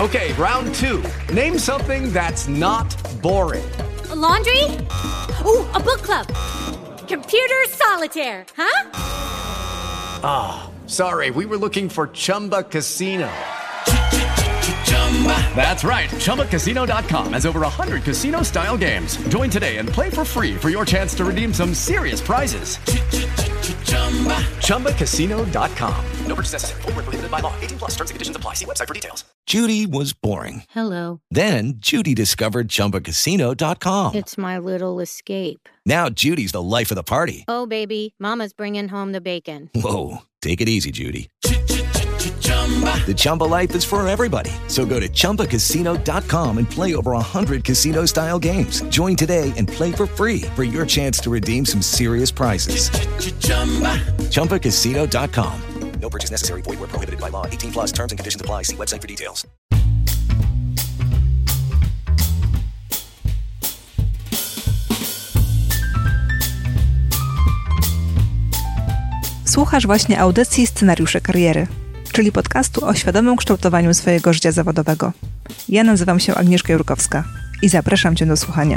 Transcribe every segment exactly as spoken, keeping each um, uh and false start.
Okay, round two. Name something that's not boring. A laundry? Ooh, a book club. Computer solitaire, huh? Ah, oh, sorry, we were looking for Chumba Casino. That's right. Chumba Casino dot com has over one hundred casino-style games. Join today and play for free for your chance to redeem some serious prizes. Chumba Casino dot com. No purchase necessary. Void where prohibited by law. eighteen plus terms and conditions apply. See website for details. Judy was boring. Hello. Then Judy discovered Chumba Casino dot com. It's my little escape. Now Judy's the life of the party. Oh, baby, mama's bringing home the bacon. Whoa, take it easy, Judy. The Chumba life is for everybody. So go to Chumba Casino dot com and play over one hundred casino-style games. Join today and play for free for your chance to redeem some serious prizes. Chumba Casino dot com. No purchase necessary. Void where prohibited by law. eighteen plus terms and conditions apply. See website for details. Słuchasz właśnie audycji Scenariusze Kariery, czyli podcastu o świadomym kształtowaniu swojego życia zawodowego. Ja nazywam się Agnieszka Jurkowska i zapraszam Cię do słuchania.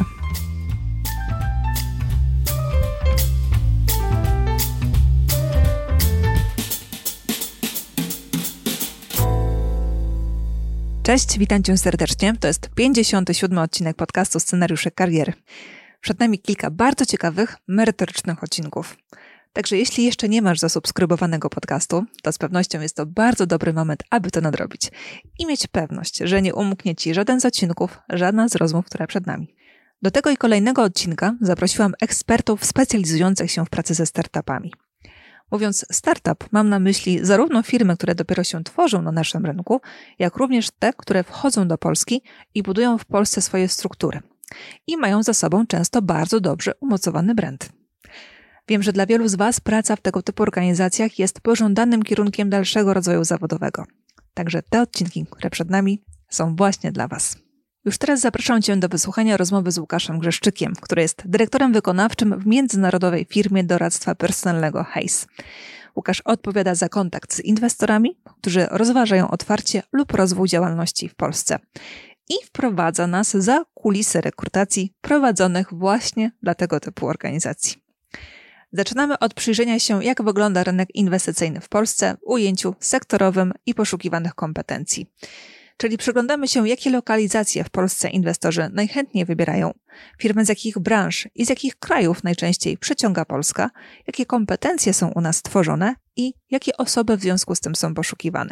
Cześć, witam Cię serdecznie. To jest pięćdziesiąty siódmy odcinek podcastu Scenariusze Kariery. Przed nami kilka bardzo ciekawych, merytorycznych odcinków. Także jeśli jeszcze nie masz zasubskrybowanego podcastu, to z pewnością jest to bardzo dobry moment, aby to nadrobić i mieć pewność, że nie umknie Ci żaden z odcinków, żadna z rozmów, które przed nami. Do tego i kolejnego odcinka zaprosiłam ekspertów specjalizujących się w pracy ze startupami. Mówiąc startup, mam na myśli zarówno firmy, które dopiero się tworzą na naszym rynku, jak również te, które wchodzą do Polski i budują w Polsce swoje struktury i mają za sobą często bardzo dobrze umocowany brand. Wiem, że dla wielu z Was praca w tego typu organizacjach jest pożądanym kierunkiem dalszego rozwoju zawodowego. Także te odcinki, które przed nami, są właśnie dla Was. Już teraz zapraszam Cię do wysłuchania rozmowy z Łukaszem Grzeszczykiem, który jest dyrektorem wykonawczym w międzynarodowej firmie doradztwa personalnego Hays. Łukasz odpowiada za kontakt z inwestorami, którzy rozważają otwarcie lub rozwój działalności w Polsce i wprowadza nas za kulisy rekrutacji prowadzonych właśnie dla tego typu organizacji. Zaczynamy od przyjrzenia się, jak wygląda rynek inwestycyjny w Polsce w ujęciu sektorowym i poszukiwanych kompetencji. Czyli przyglądamy się, jakie lokalizacje w Polsce inwestorzy najchętniej wybierają, firmy z jakich branż i z jakich krajów najczęściej przyciąga Polska, jakie kompetencje są u nas tworzone i jakie osoby w związku z tym są poszukiwane.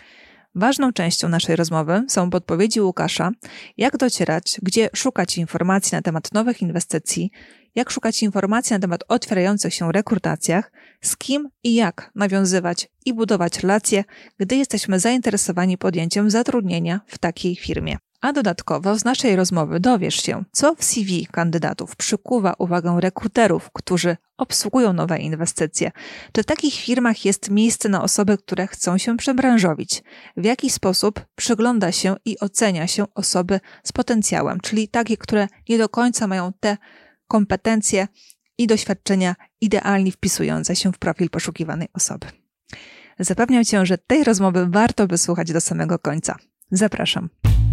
Ważną częścią naszej rozmowy są podpowiedzi Łukasza, jak docierać, gdzie szukać informacji na temat nowych inwestycji, jak szukać informacji na temat otwierających się rekrutacjach, z kim i jak nawiązywać i budować relacje, gdy jesteśmy zainteresowani podjęciem zatrudnienia w takiej firmie. A dodatkowo z naszej rozmowy dowiesz się, co w C V kandydatów przykuwa uwagę rekruterów, którzy obsługują nowe inwestycje. Czy w takich firmach jest miejsce na osoby, które chcą się przebranżowić? W jaki sposób przygląda się i ocenia się osoby z potencjałem, czyli takie, które nie do końca mają te kompetencje i doświadczenia idealnie wpisujące się w profil poszukiwanej osoby. Zapewniam Cię, że tej rozmowy warto wysłuchać do samego końca. Zapraszam.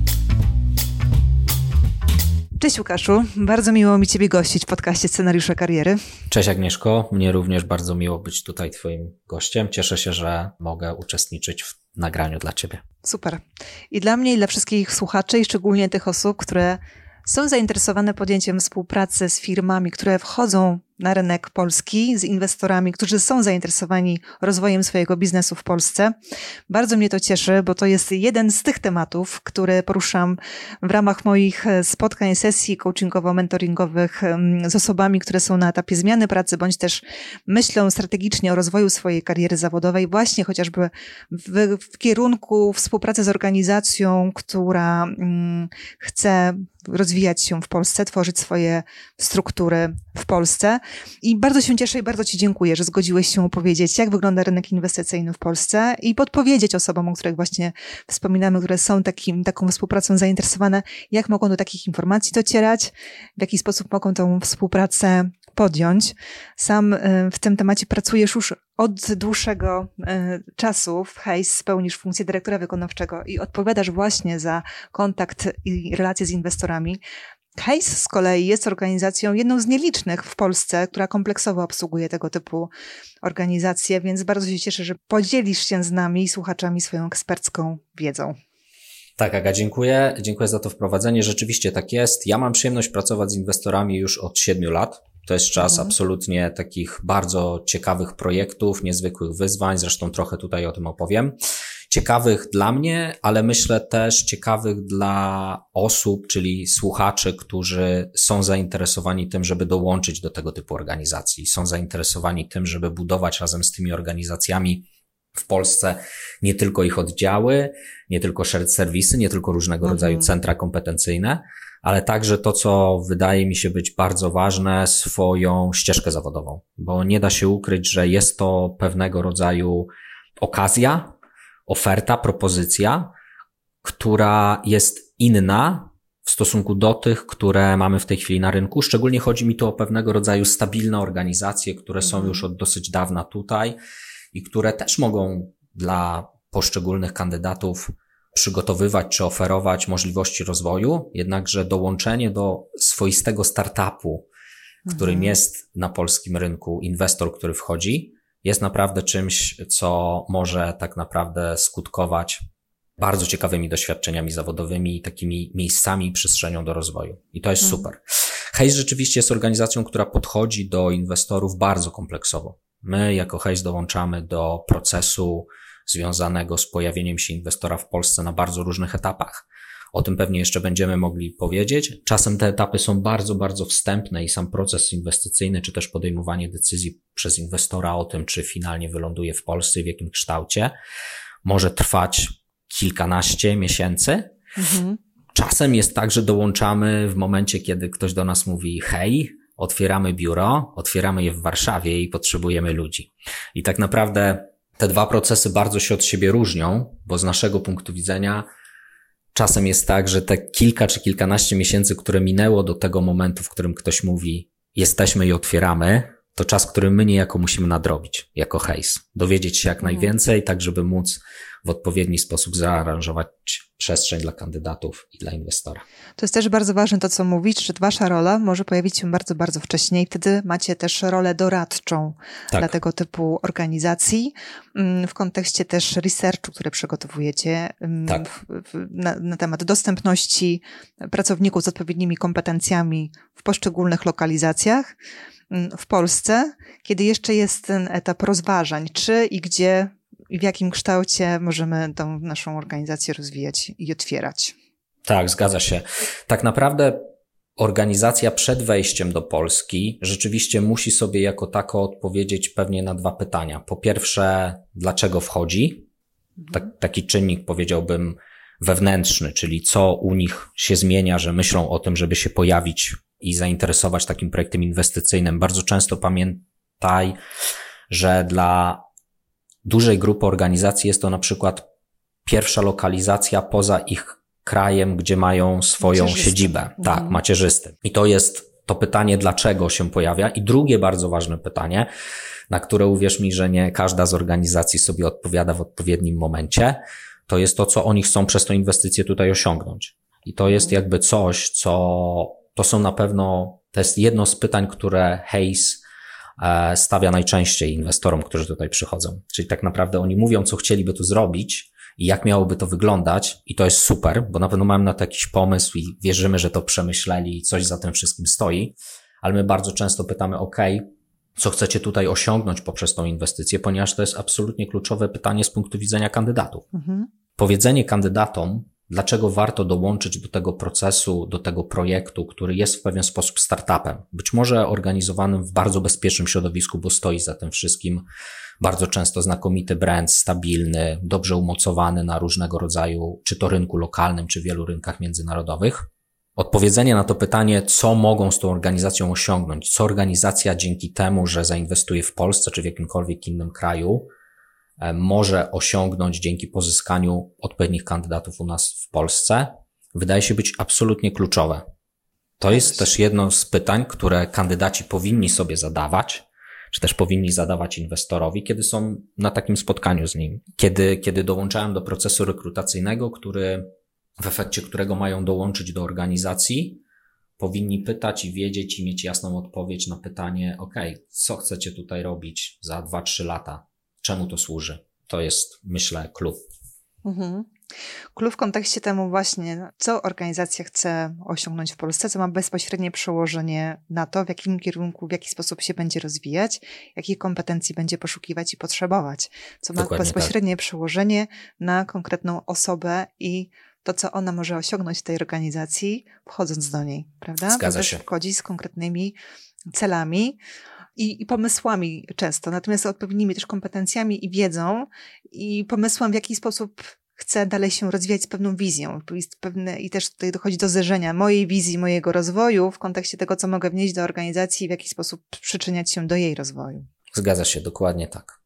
Cześć Łukaszu, bardzo miło mi Ciebie gościć w podcaście Scenariusze Kariery. Cześć Agnieszko, mnie również bardzo miło być tutaj Twoim gościem. Cieszę się, że mogę uczestniczyć w nagraniu dla Ciebie. Super. I dla mnie i dla wszystkich słuchaczy i szczególnie tych osób, które są zainteresowane podjęciem współpracy z firmami, które wchodzą na rynek polski, z inwestorami, którzy są zainteresowani rozwojem swojego biznesu w Polsce. Bardzo mnie to cieszy, bo to jest jeden z tych tematów, które poruszam w ramach moich spotkań, sesji coachingowo-mentoringowych z osobami, które są na etapie zmiany pracy, bądź też myślą strategicznie o rozwoju swojej kariery zawodowej, właśnie chociażby w, w kierunku współpracy z organizacją, która mm, chce rozwijać się w Polsce, tworzyć swoje struktury w Polsce. I bardzo się cieszę i bardzo Ci dziękuję, że zgodziłeś się opowiedzieć, jak wygląda rynek inwestycyjny w Polsce i podpowiedzieć osobom, o których właśnie wspominamy, które są takim, taką współpracą zainteresowane, jak mogą do takich informacji docierać, w jaki sposób mogą tą współpracę podjąć. Sam w tym temacie pracujesz już od dłuższego y, czasu w Hays pełnisz funkcję dyrektora wykonawczego i odpowiadasz właśnie za kontakt i relacje z inwestorami. Hays z kolei jest organizacją jedną z nielicznych w Polsce, która kompleksowo obsługuje tego typu organizacje, więc bardzo się cieszę, że podzielisz się z nami i słuchaczami swoją ekspercką wiedzą. Tak, Aga, dziękuję. Dziękuję za to wprowadzenie. Rzeczywiście tak jest. Ja mam przyjemność pracować z inwestorami już od siedmiu lat. To jest czas mhm. absolutnie takich bardzo ciekawych projektów, niezwykłych wyzwań. Zresztą trochę tutaj o tym opowiem. Ciekawych dla mnie, ale myślę też ciekawych dla osób, czyli słuchaczy, którzy są zainteresowani tym, żeby dołączyć do tego typu organizacji. Są zainteresowani tym, żeby budować razem z tymi organizacjami w Polsce nie tylko ich oddziały, nie tylko shared serwisy, nie tylko różnego mhm. rodzaju centra kompetencyjne, ale także to, co wydaje mi się być bardzo ważne, swoją ścieżkę zawodową. Bo nie da się ukryć, że jest to pewnego rodzaju okazja, oferta, propozycja, która jest inna w stosunku do tych, które mamy w tej chwili na rynku. Szczególnie chodzi mi tu o pewnego rodzaju stabilne organizacje, które są mhm. już od dosyć dawna tutaj i które też mogą dla poszczególnych kandydatów przygotowywać czy oferować możliwości rozwoju, jednakże dołączenie do swoistego startupu, w którym mhm. jest na polskim rynku inwestor, który wchodzi, jest naprawdę czymś, co może tak naprawdę skutkować bardzo ciekawymi doświadczeniami zawodowymi i takimi miejscami i przestrzenią do rozwoju. I to jest mhm. super. Hays rzeczywiście jest organizacją, która podchodzi do inwestorów bardzo kompleksowo. My jako Hays dołączamy do procesu związanego z pojawieniem się inwestora w Polsce na bardzo różnych etapach. O tym pewnie jeszcze będziemy mogli powiedzieć. Czasem te etapy są bardzo, bardzo wstępne i sam proces inwestycyjny, czy też podejmowanie decyzji przez inwestora o tym, czy finalnie wyląduje w Polsce i w jakim kształcie, może trwać kilkanaście miesięcy. Mhm. Czasem jest tak, że dołączamy w momencie, kiedy ktoś do nas mówi: hej, otwieramy biuro, otwieramy je w Warszawie i potrzebujemy ludzi. I tak naprawdę te dwa procesy bardzo się od siebie różnią, bo z naszego punktu widzenia czasem jest tak, że te kilka czy kilkanaście miesięcy, które minęło do tego momentu, w którym ktoś mówi: jesteśmy i otwieramy, to czas, który my niejako musimy nadrobić jako Hays. Dowiedzieć się jak mhm. najwięcej, tak żeby móc w odpowiedni sposób zaaranżować przestrzeń dla kandydatów i dla inwestora. To jest też bardzo ważne to, co mówisz, że wasza rola może pojawić się bardzo, bardzo wcześnie i wtedy macie też rolę doradczą tak. dla tego typu organizacji w kontekście też researchu, który przygotowujecie tak. w, w, na, na temat dostępności pracowników z odpowiednimi kompetencjami w poszczególnych lokalizacjach w Polsce, kiedy jeszcze jest ten etap rozważań, czy i gdzie i w jakim kształcie możemy tą naszą organizację rozwijać i otwierać. Tak, zgadza się. Tak naprawdę organizacja przed wejściem do Polski rzeczywiście musi sobie jako tako odpowiedzieć pewnie na dwa pytania. Po pierwsze, dlaczego wchodzi? Tak, taki czynnik, powiedziałbym, wewnętrzny, czyli co u nich się zmienia, że myślą o tym, żeby się pojawić i zainteresować takim projektem inwestycyjnym. Bardzo często pamiętaj, że dla dużej grupy organizacji jest to na przykład pierwsza lokalizacja poza ich krajem, gdzie mają swoją siedzibę. Mhm. Tak, macierzysty. I to jest to pytanie, dlaczego się pojawia. I drugie bardzo ważne pytanie, na które uwierz mi, że nie każda z organizacji sobie odpowiada w odpowiednim momencie, to jest to, co oni chcą przez tę inwestycję tutaj osiągnąć. I to jest jakby coś, co to są na pewno, to jest jedno z pytań, które Hays stawia najczęściej inwestorom, którzy tutaj przychodzą. Czyli tak naprawdę oni mówią, co chcieliby tu zrobić i jak miałoby to wyglądać i to jest super, bo na pewno mamy na to jakiś pomysł i wierzymy, że to przemyśleli i coś za tym wszystkim stoi, ale my bardzo często pytamy, ok, co chcecie tutaj osiągnąć poprzez tą inwestycję, ponieważ to jest absolutnie kluczowe pytanie z punktu widzenia kandydatów. Mhm. Powiedzenie kandydatom, dlaczego warto dołączyć do tego procesu, do tego projektu, który jest w pewien sposób startupem. Być może organizowanym w bardzo bezpiecznym środowisku, bo stoi za tym wszystkim bardzo często znakomity brand, stabilny, dobrze umocowany na różnego rodzaju, czy to rynku lokalnym, czy wielu rynkach międzynarodowych. Odpowiedzenie na to pytanie, co mogą z tą organizacją osiągnąć, co organizacja dzięki temu, że zainwestuje w Polsce, czy w jakimkolwiek innym kraju, może osiągnąć dzięki pozyskaniu odpowiednich kandydatów u nas w Polsce, wydaje się być absolutnie kluczowe. To jest też jedno z pytań, które kandydaci powinni sobie zadawać, czy też powinni zadawać inwestorowi, kiedy są na takim spotkaniu z nim. Kiedy, kiedy dołączałem do procesu rekrutacyjnego, który, w efekcie którego mają dołączyć do organizacji, powinni pytać i wiedzieć i mieć jasną odpowiedź na pytanie, ok, co chcecie tutaj robić za dwa trzy lata? Czemu to służy? To jest, myślę, klucz. Mhm. Klucz w kontekście temu właśnie, co organizacja chce osiągnąć w Polsce, co ma bezpośrednie przełożenie na to, w jakim kierunku, w jaki sposób się będzie rozwijać, jakich kompetencji będzie poszukiwać i potrzebować, co ma Dokładnie bezpośrednie tak. przełożenie na konkretną osobę i to, co ona może osiągnąć w tej organizacji, wchodząc do niej, prawda? Zgadza Bo się. też wchodzi z konkretnymi celami i, i pomysłami często, natomiast odpowiednimi też kompetencjami i wiedzą i pomysłem, w jaki sposób chce dalej się rozwijać z pewną wizją. Jest pewne, i też tutaj dochodzi do zderzenia mojej wizji, mojego rozwoju w kontekście tego, co mogę wnieść do organizacji i w jaki sposób przyczyniać się do jej rozwoju. Zgadza się, dokładnie tak.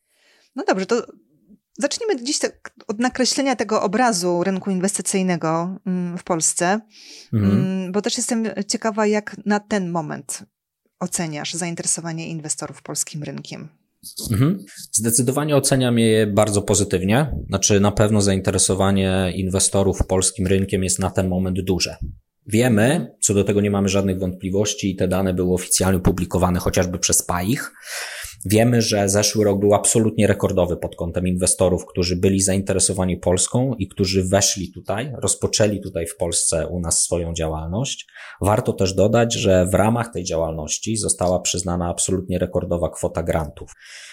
No dobrze, to zacznijmy dziś tak od nakreślenia tego obrazu rynku inwestycyjnego w Polsce, mhm. bo też jestem ciekawa, jak na ten moment oceniasz zainteresowanie inwestorów polskim rynkiem. Mhm. Zdecydowanie oceniam je bardzo pozytywnie. Znaczy na pewno zainteresowanie inwestorów polskim rynkiem jest na ten moment duże. Wiemy, co do tego nie mamy żadnych wątpliwości i te dane były oficjalnie publikowane chociażby przez P A I H. Wiemy, że zeszły rok był absolutnie rekordowy pod kątem inwestorów, którzy byli zainteresowani Polską i którzy weszli tutaj, rozpoczęli tutaj w Polsce u nas swoją działalność. Warto też dodać, że w ramach tej działalności została przyznana absolutnie rekordowa kwota grantów,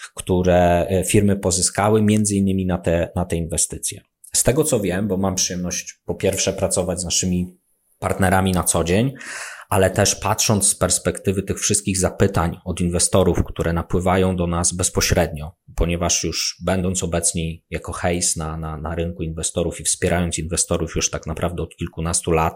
które firmy pozyskały między innymi na te, na te inwestycje. Z tego co wiem, bo mam przyjemność po pierwsze pracować z naszymi partnerami na co dzień, ale też patrząc z perspektywy tych wszystkich zapytań od inwestorów, które napływają do nas bezpośrednio, ponieważ już będąc obecni jako Hays na, na, na rynku inwestorów i wspierając inwestorów już tak naprawdę od kilkunastu lat,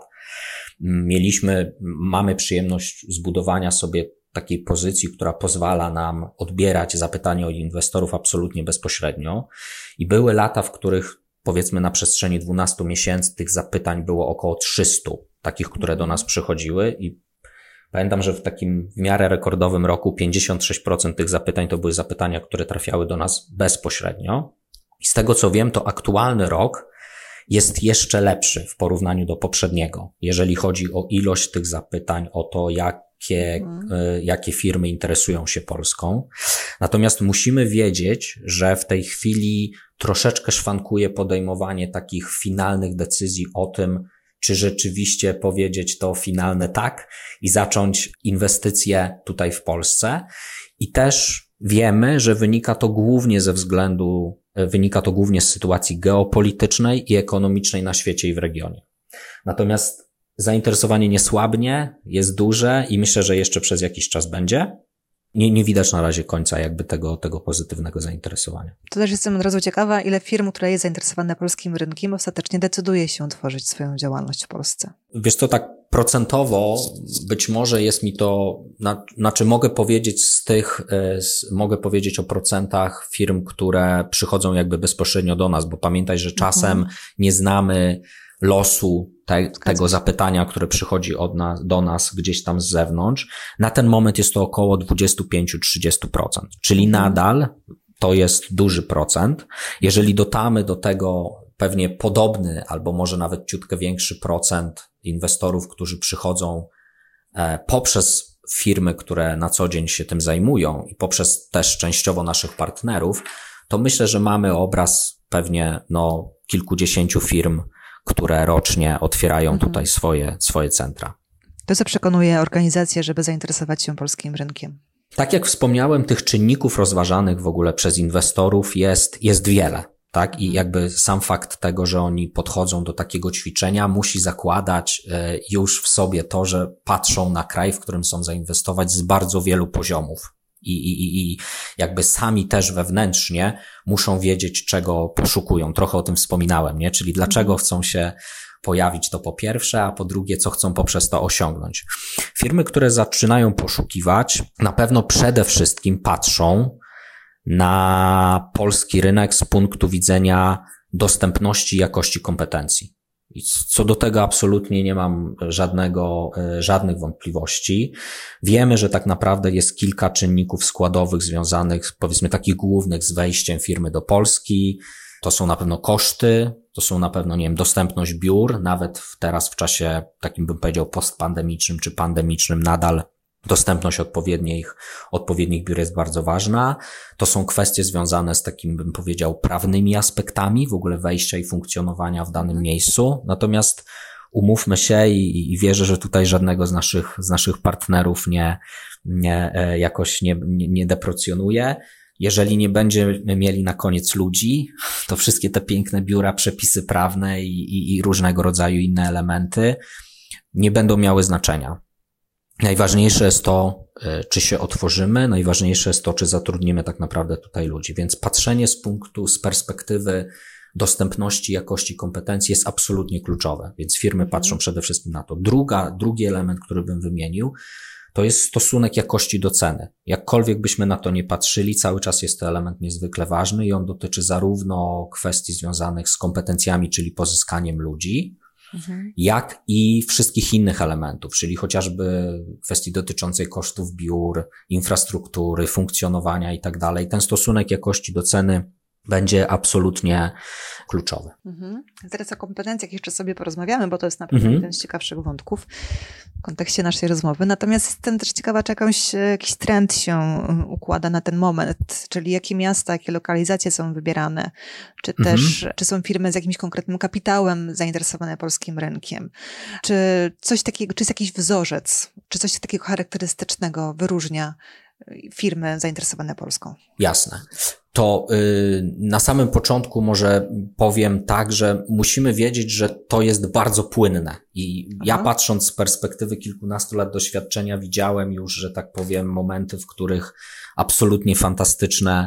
mieliśmy, mamy przyjemność zbudowania sobie takiej pozycji, która pozwala nam odbierać zapytania od inwestorów absolutnie bezpośrednio i były lata, w których powiedzmy na przestrzeni dwunastu miesięcy tych zapytań było około trzysta, takich, które do nas przychodziły i pamiętam, że w takim w miarę rekordowym roku pięćdziesiąt sześć procent tych zapytań to były zapytania, które trafiały do nas bezpośrednio. I z tego co wiem, to aktualny rok jest jeszcze lepszy w porównaniu do poprzedniego, jeżeli chodzi o ilość tych zapytań, o to, jakie, hmm. jakie firmy interesują się Polską. Natomiast musimy wiedzieć, że w tej chwili troszeczkę szwankuje podejmowanie takich finalnych decyzji o tym, czy rzeczywiście powiedzieć to finalne tak i zacząć inwestycje tutaj w Polsce. I też wiemy, że wynika to głównie ze względu, wynika to głównie z sytuacji geopolitycznej i ekonomicznej na świecie i w regionie. Natomiast zainteresowanie nie słabnie, jest duże i myślę, że jeszcze przez jakiś czas będzie. Nie, nie widać na razie końca jakby tego, tego pozytywnego zainteresowania. To też jestem od razu ciekawa, ile firm, która jest zainteresowana polskim rynkiem, ostatecznie decyduje się otworzyć swoją działalność w Polsce. Wiesz co, tak procentowo być może jest mi to, na, znaczy mogę powiedzieć z tych, z, mogę powiedzieć o procentach firm, które przychodzą jakby bezpośrednio do nas, bo pamiętaj, że czasem mhm. nie znamy losu te, tego zapytania, które przychodzi od nas, do nas gdzieś tam z zewnątrz. Na ten moment jest to około dwadzieścia pięć do trzydziestu procent, czyli mhm. nadal to jest duży procent. Jeżeli dodamy do tego pewnie podobny albo może nawet ciutkę większy procent inwestorów, którzy przychodzą e, poprzez firmy, które na co dzień się tym zajmują i poprzez też częściowo naszych partnerów, to myślę, że mamy obraz pewnie no kilkudziesięciu firm, które rocznie otwierają mhm. tutaj swoje, swoje centra. To co przekonuje organizację, żeby zainteresować się polskim rynkiem? Tak jak wspomniałem, tych czynników rozważanych w ogóle przez inwestorów jest, jest wiele, tak? I jakby sam fakt tego, że oni podchodzą do takiego ćwiczenia, musi zakładać już w sobie to, że patrzą na kraj, w którym chcą zainwestować z bardzo wielu poziomów. I, i, i jakby sami też wewnętrznie muszą wiedzieć, czego poszukują. Trochę o tym wspominałem, nie? Czyli dlaczego chcą się pojawić, to po pierwsze, a po drugie, co chcą poprzez to osiągnąć. Firmy, które zaczynają poszukiwać, na pewno przede wszystkim patrzą na polski rynek z punktu widzenia dostępności i jakości kompetencji. I co do tego absolutnie nie mam żadnego, żadnych wątpliwości. Wiemy, że tak naprawdę jest kilka czynników składowych związanych, powiedzmy, takich głównych z wejściem firmy do Polski. To są na pewno koszty, to są na pewno, nie wiem, dostępność biur, nawet teraz w czasie takim, bym powiedział, postpandemicznym czy pandemicznym nadal dostępność odpowiednich, odpowiednich biur jest bardzo ważna. To są kwestie związane z takim, bym powiedział, prawnymi aspektami w ogóle wejścia i funkcjonowania w danym miejscu. Natomiast umówmy się i, i wierzę, że tutaj żadnego z naszych, z naszych partnerów nie, nie jakoś nie, nie, nie deprecjonuje. Jeżeli nie będziemy mieli na koniec ludzi, to wszystkie te piękne biura, przepisy prawne i, i, i różnego rodzaju inne elementy nie będą miały znaczenia. Najważniejsze jest to, czy się otworzymy, najważniejsze jest to, czy zatrudnimy tak naprawdę tutaj ludzi. Więc patrzenie z punktu, z perspektywy dostępności, jakości kompetencji jest absolutnie kluczowe. Więc firmy patrzą przede wszystkim na to. Druga, drugi element, który bym wymienił, to jest stosunek jakości do ceny. Jakkolwiek byśmy na to nie patrzyli, cały czas jest to element niezwykle ważny i on dotyczy zarówno kwestii związanych z kompetencjami, czyli pozyskaniem ludzi, mhm. jak i wszystkich innych elementów, czyli chociażby kwestii dotyczącej kosztów biur, infrastruktury, funkcjonowania i tak dalej. Ten stosunek jakości do ceny będzie absolutnie kluczowy. Mhm. Teraz o kompetencjach jeszcze sobie porozmawiamy, bo to jest na pewno mhm. jeden z ciekawszych wątków w kontekście naszej rozmowy. Natomiast jestem też ciekawa, czy jakąś, jakiś trend się układa na ten moment, czyli jakie miasta, jakie lokalizacje są wybierane, czy mhm. też, czy są firmy z jakimś konkretnym kapitałem zainteresowane polskim rynkiem, czy coś takiego, czy jest jakiś wzorzec, czy coś takiego charakterystycznego wyróżnia firmy zainteresowane Polską. Jasne. To yy, na samym początku może powiem tak, że musimy wiedzieć, że to jest bardzo płynne i Aha. ja patrząc z perspektywy kilkunastu lat doświadczenia widziałem już, że tak powiem, momenty, w których absolutnie fantastyczne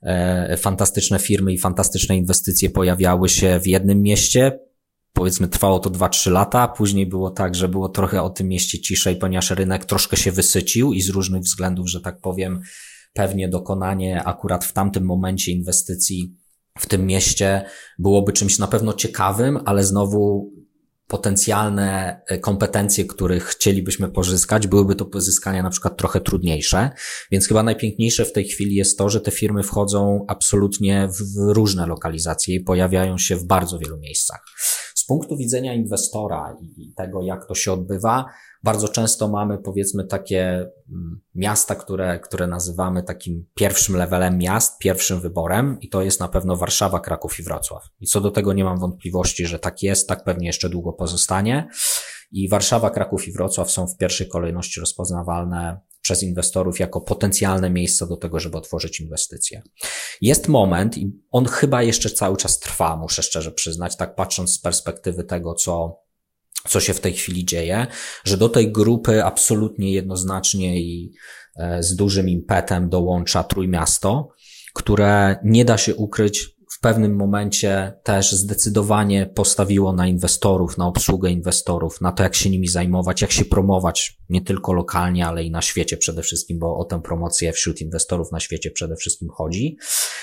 e, fantastyczne firmy i fantastyczne inwestycje pojawiały się w jednym mieście. Powiedzmy, trwało to dwa trzy lata, później było tak, że było trochę o tym mieście ciszej, ponieważ rynek troszkę się wysycił i z różnych względów, że tak powiem, pewnie dokonanie akurat w tamtym momencie inwestycji w tym mieście byłoby czymś na pewno ciekawym, ale znowu potencjalne kompetencje, których chcielibyśmy pozyskać, byłyby to pozyskania na przykład trochę trudniejsze, więc chyba najpiękniejsze w tej chwili jest to, że te firmy wchodzą absolutnie w różne lokalizacje i pojawiają się w bardzo wielu miejscach. Z punktu widzenia inwestora i tego, jak to się odbywa, bardzo często mamy, powiedzmy, takie miasta, które, które nazywamy takim pierwszym levelem miast, pierwszym wyborem i to jest na pewno Warszawa, Kraków i Wrocław. I co do tego nie mam wątpliwości, że tak jest, tak pewnie jeszcze długo pozostanie. I Warszawa, Kraków i Wrocław są w pierwszej kolejności rozpoznawalne przez inwestorów jako potencjalne miejsca do tego, żeby otworzyć inwestycje. Jest moment i on chyba jeszcze cały czas trwa, muszę szczerze przyznać, tak patrząc z perspektywy tego, co co się w tej chwili dzieje, że do tej grupy absolutnie jednoznacznie i z dużym impetem dołącza Trójmiasto, które nie da się ukryć, w pewnym momencie też zdecydowanie postawiło na inwestorów, na obsługę inwestorów, na to, jak się nimi zajmować, jak się promować nie tylko lokalnie, ale i na świecie przede wszystkim, bo o tę promocję wśród inwestorów na świecie przede wszystkim chodzi.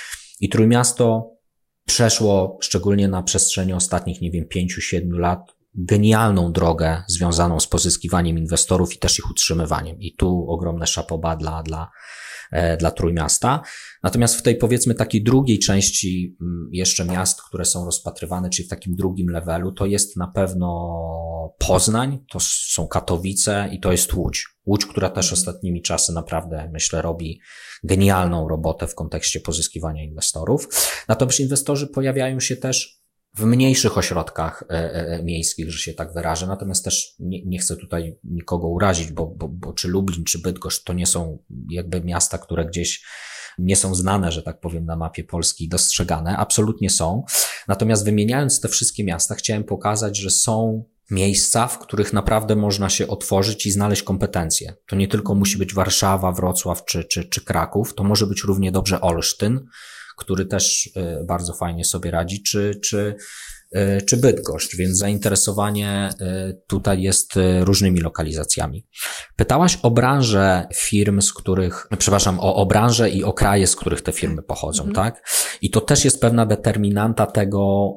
I Trójmiasto przeszło, szczególnie na przestrzeni ostatnich, nie wiem, pięciu, siedmiu lat, genialną drogę związaną z pozyskiwaniem inwestorów i też ich utrzymywaniem. I tu ogromne chapeau bas dla, dla, dla Trójmiasta. Natomiast w tej, powiedzmy, takiej drugiej części jeszcze miast, które są rozpatrywane, czyli w takim drugim levelu, to jest na pewno Poznań, to są Katowice i to jest Łódź. Łódź, która też ostatnimi czasy naprawdę, myślę, robi genialną robotę w kontekście pozyskiwania inwestorów. Natomiast inwestorzy pojawiają się też w mniejszych ośrodkach e, e, miejskich, że się tak wyrażę, natomiast też nie, nie chcę tutaj nikogo urazić, bo, bo, bo czy Lublin, czy Bydgoszcz to nie są jakby miasta, które gdzieś nie są znane, że tak powiem, na mapie Polski i dostrzegane. Absolutnie są. Natomiast wymieniając te wszystkie miasta, chciałem pokazać, że są miejsca, w których naprawdę można się otworzyć i znaleźć kompetencje. To nie tylko musi być Warszawa, Wrocław czy, czy, czy Kraków, to może być równie dobrze Olsztyn, który też bardzo fajnie sobie radzi, czy, czy czy Bydgoszcz, więc zainteresowanie tutaj jest różnymi lokalizacjami. Pytałaś o branżę firm, z których, przepraszam, o, o branżę i o kraje, z których te firmy pochodzą, mhm. tak? I to też jest pewna determinanta tego,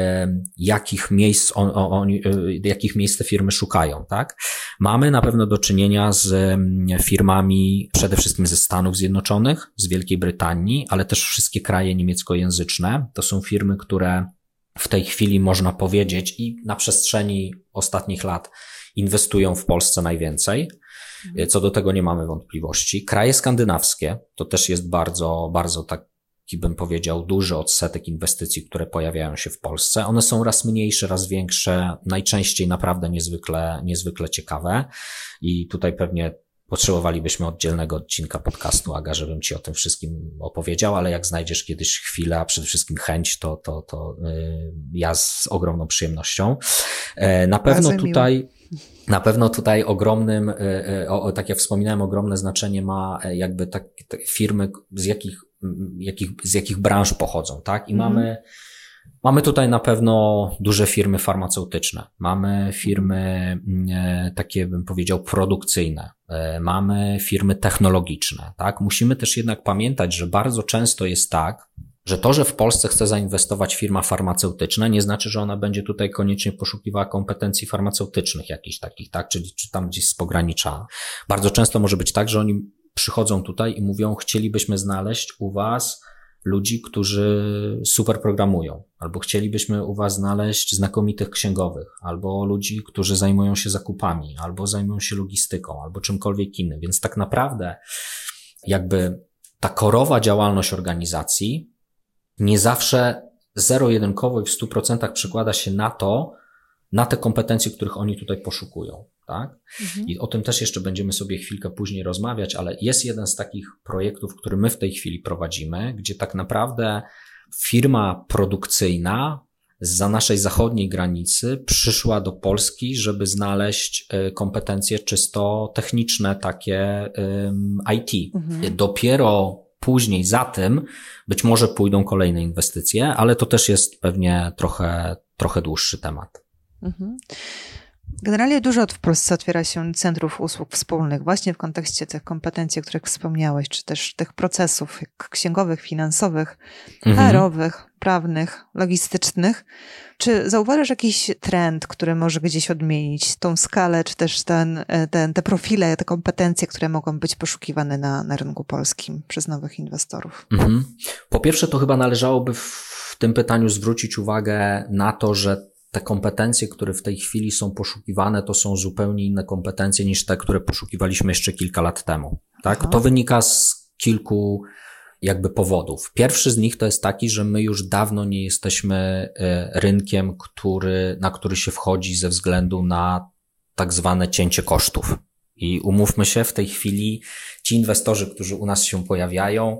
jakich miejsc, on, on, jakich miejsc te firmy szukają, tak? Mamy na pewno do czynienia z firmami przede wszystkim ze Stanów Zjednoczonych, z Wielkiej Brytanii, ale też wszystkie kraje niemieckojęzyczne. To są firmy, które w tej chwili można powiedzieć i na przestrzeni ostatnich lat inwestują w Polsce najwięcej. Co do tego nie mamy wątpliwości. Kraje skandynawskie to też jest bardzo, bardzo taki bym powiedział duży odsetek inwestycji, które pojawiają się w Polsce. One są raz mniejsze, raz większe, najczęściej naprawdę niezwykle, niezwykle ciekawe i tutaj pewnie potrzebowalibyśmy oddzielnego odcinka podcastu, Aga, żebym ci o tym wszystkim opowiedział, ale jak znajdziesz kiedyś chwilę, a przede wszystkim chęć, to, to, to yy, ja z ogromną przyjemnością. Yy, na pewno Bardzo tutaj, miło. na pewno tutaj ogromnym, yy, o, tak jak wspominałem, ogromne znaczenie ma jakby tak, tak firmy, z jakich, jakich, z jakich branż pochodzą, tak? I mm. mamy Mamy tutaj na pewno duże firmy farmaceutyczne, mamy firmy e, takie, bym powiedział, produkcyjne, e, mamy firmy technologiczne, tak? Musimy też jednak pamiętać, że bardzo często jest tak, że to, że w Polsce chce zainwestować firma farmaceutyczna, nie znaczy, że ona będzie tutaj koniecznie poszukiwała kompetencji farmaceutycznych jakichś takich, tak? Czyli czy tam gdzieś z pogranicza. Bardzo często może być tak, że oni przychodzą tutaj i mówią, chcielibyśmy znaleźć u was ludzi, którzy super programują, albo chcielibyśmy u was znaleźć znakomitych księgowych, albo ludzi, którzy zajmują się zakupami, albo zajmują się logistyką, albo czymkolwiek innym. Więc tak naprawdę jakby ta korowa działalność organizacji nie zawsze zero-jedynkowo i w stu procentach przekłada się na to, na te kompetencje, których oni tutaj poszukują. Tak? Mhm. I o tym też jeszcze będziemy sobie chwilkę później rozmawiać, ale jest jeden z takich projektów, który my w tej chwili prowadzimy, gdzie tak naprawdę firma produkcyjna zza naszej zachodniej granicy przyszła do Polski, żeby znaleźć kompetencje czysto techniczne, takie um, I T. Mhm. Dopiero później za tym być może pójdą kolejne inwestycje, ale to też jest pewnie trochę, trochę dłuższy temat. Mhm. Generalnie dużo w Polsce otwiera się centrów usług wspólnych właśnie w kontekście tych kompetencji, o których wspomniałeś, czy też tych procesów jak księgowych, finansowych, mhm. H R-owych, prawnych, logistycznych. Czy zauważasz jakiś trend, który może gdzieś odmienić tą skalę, czy też ten, ten, te profile, te kompetencje, które mogą być poszukiwane na, na rynku polskim przez nowych inwestorów? Mhm. Po pierwsze, to chyba należałoby w tym pytaniu zwrócić uwagę na to, że te kompetencje, które w tej chwili są poszukiwane, to są zupełnie inne kompetencje niż te, które poszukiwaliśmy jeszcze kilka lat temu. Tak? To wynika z kilku jakby powodów. Pierwszy z nich to jest taki, że my już dawno nie jesteśmy rynkiem, który, na który się wchodzi ze względu na tak zwane cięcie kosztów. I umówmy się, w tej chwili ci inwestorzy, którzy u nas się pojawiają,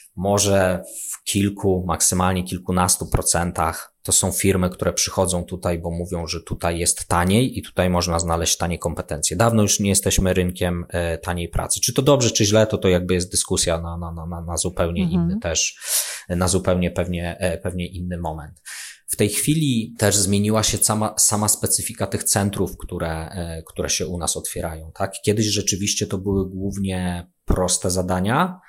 może w kilku, maksymalnie kilkunastu procentach to są firmy, które przychodzą tutaj, bo mówią, że tutaj jest taniej i tutaj można znaleźć tanie kompetencje. Dawno już nie jesteśmy rynkiem e, taniej pracy. Czy to dobrze, czy źle, to to jakby jest dyskusja na, na, na, na zupełnie mhm. inny też, na zupełnie pewnie, e, pewnie inny moment. W tej chwili też zmieniła się sama, sama specyfika tych centrów, które, e, które się u nas otwierają. Tak? Kiedyś rzeczywiście to były głównie proste zadania.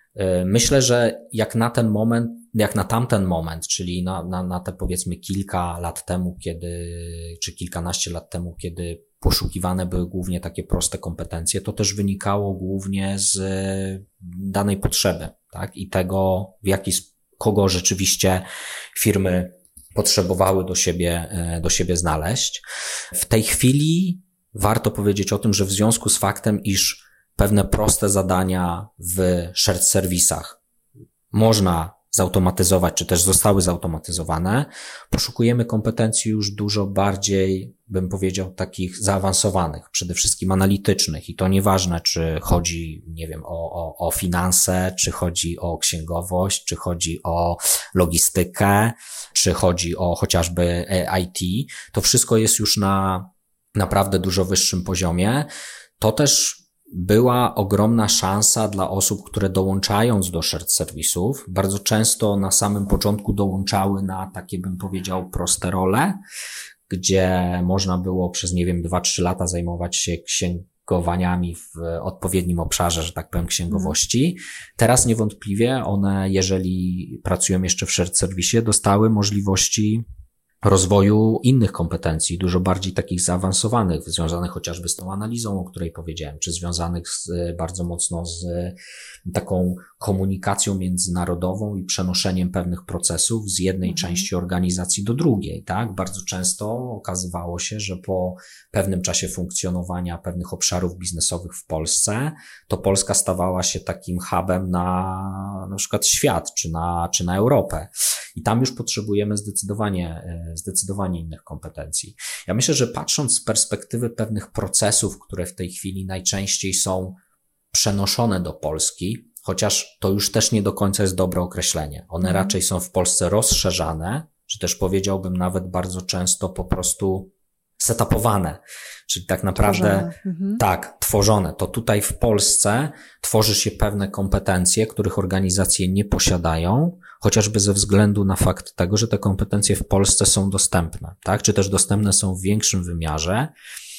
Myślę, że jak na ten moment, jak na tamten moment, czyli na, na, na te powiedzmy kilka lat temu, kiedy, czy kilkanaście lat temu, kiedy poszukiwane były głównie takie proste kompetencje, to też wynikało głównie z danej potrzeby, tak? I tego, w jaki, kogo rzeczywiście firmy potrzebowały do siebie, do siebie znaleźć. W tej chwili warto powiedzieć o tym, że w związku z faktem, iż pewne proste zadania w shared serwisach można zautomatyzować, czy też zostały zautomatyzowane, poszukujemy kompetencji już dużo bardziej, bym powiedział, takich zaawansowanych, przede wszystkim analitycznych. I to nieważne, czy chodzi, nie wiem, o, o, o finanse, czy chodzi o księgowość, czy chodzi o logistykę, czy chodzi o chociażby I T. To wszystko jest już na naprawdę dużo wyższym poziomie. To też była ogromna szansa dla osób, które dołączając do shared serwisów, bardzo często na samym początku dołączały na takie, bym powiedział, proste role, gdzie można było przez, nie wiem, dwa trzy lata zajmować się księgowaniami w odpowiednim obszarze, że tak powiem, księgowości. Teraz niewątpliwie one, jeżeli pracują jeszcze w shared serwisie, dostały możliwości rozwoju innych kompetencji, dużo bardziej takich zaawansowanych, związanych chociażby z tą analizą, o której powiedziałem, czy związanych z, bardzo mocno z taką komunikacją międzynarodową i przenoszeniem pewnych procesów z jednej mhm. części organizacji do drugiej, tak? Bardzo często okazywało się, że po pewnym czasie funkcjonowania pewnych obszarów biznesowych w Polsce, to Polska stawała się takim hubem na na przykład świat, czy na, czy na Europę. I tam już potrzebujemy zdecydowanie, zdecydowanie innych kompetencji. Ja myślę, że patrząc z perspektywy pewnych procesów, które w tej chwili najczęściej są przenoszone do Polski, chociaż to już też nie do końca jest dobre określenie. One mhm. raczej są w Polsce rozszerzane, czy też powiedziałbym nawet bardzo często po prostu setupowane, czyli tak naprawdę mhm. tak, tworzone. To tutaj w Polsce tworzy się pewne kompetencje, których organizacje nie posiadają, chociażby ze względu na fakt tego, że te kompetencje w Polsce są dostępne, tak? Czy też dostępne są w większym wymiarze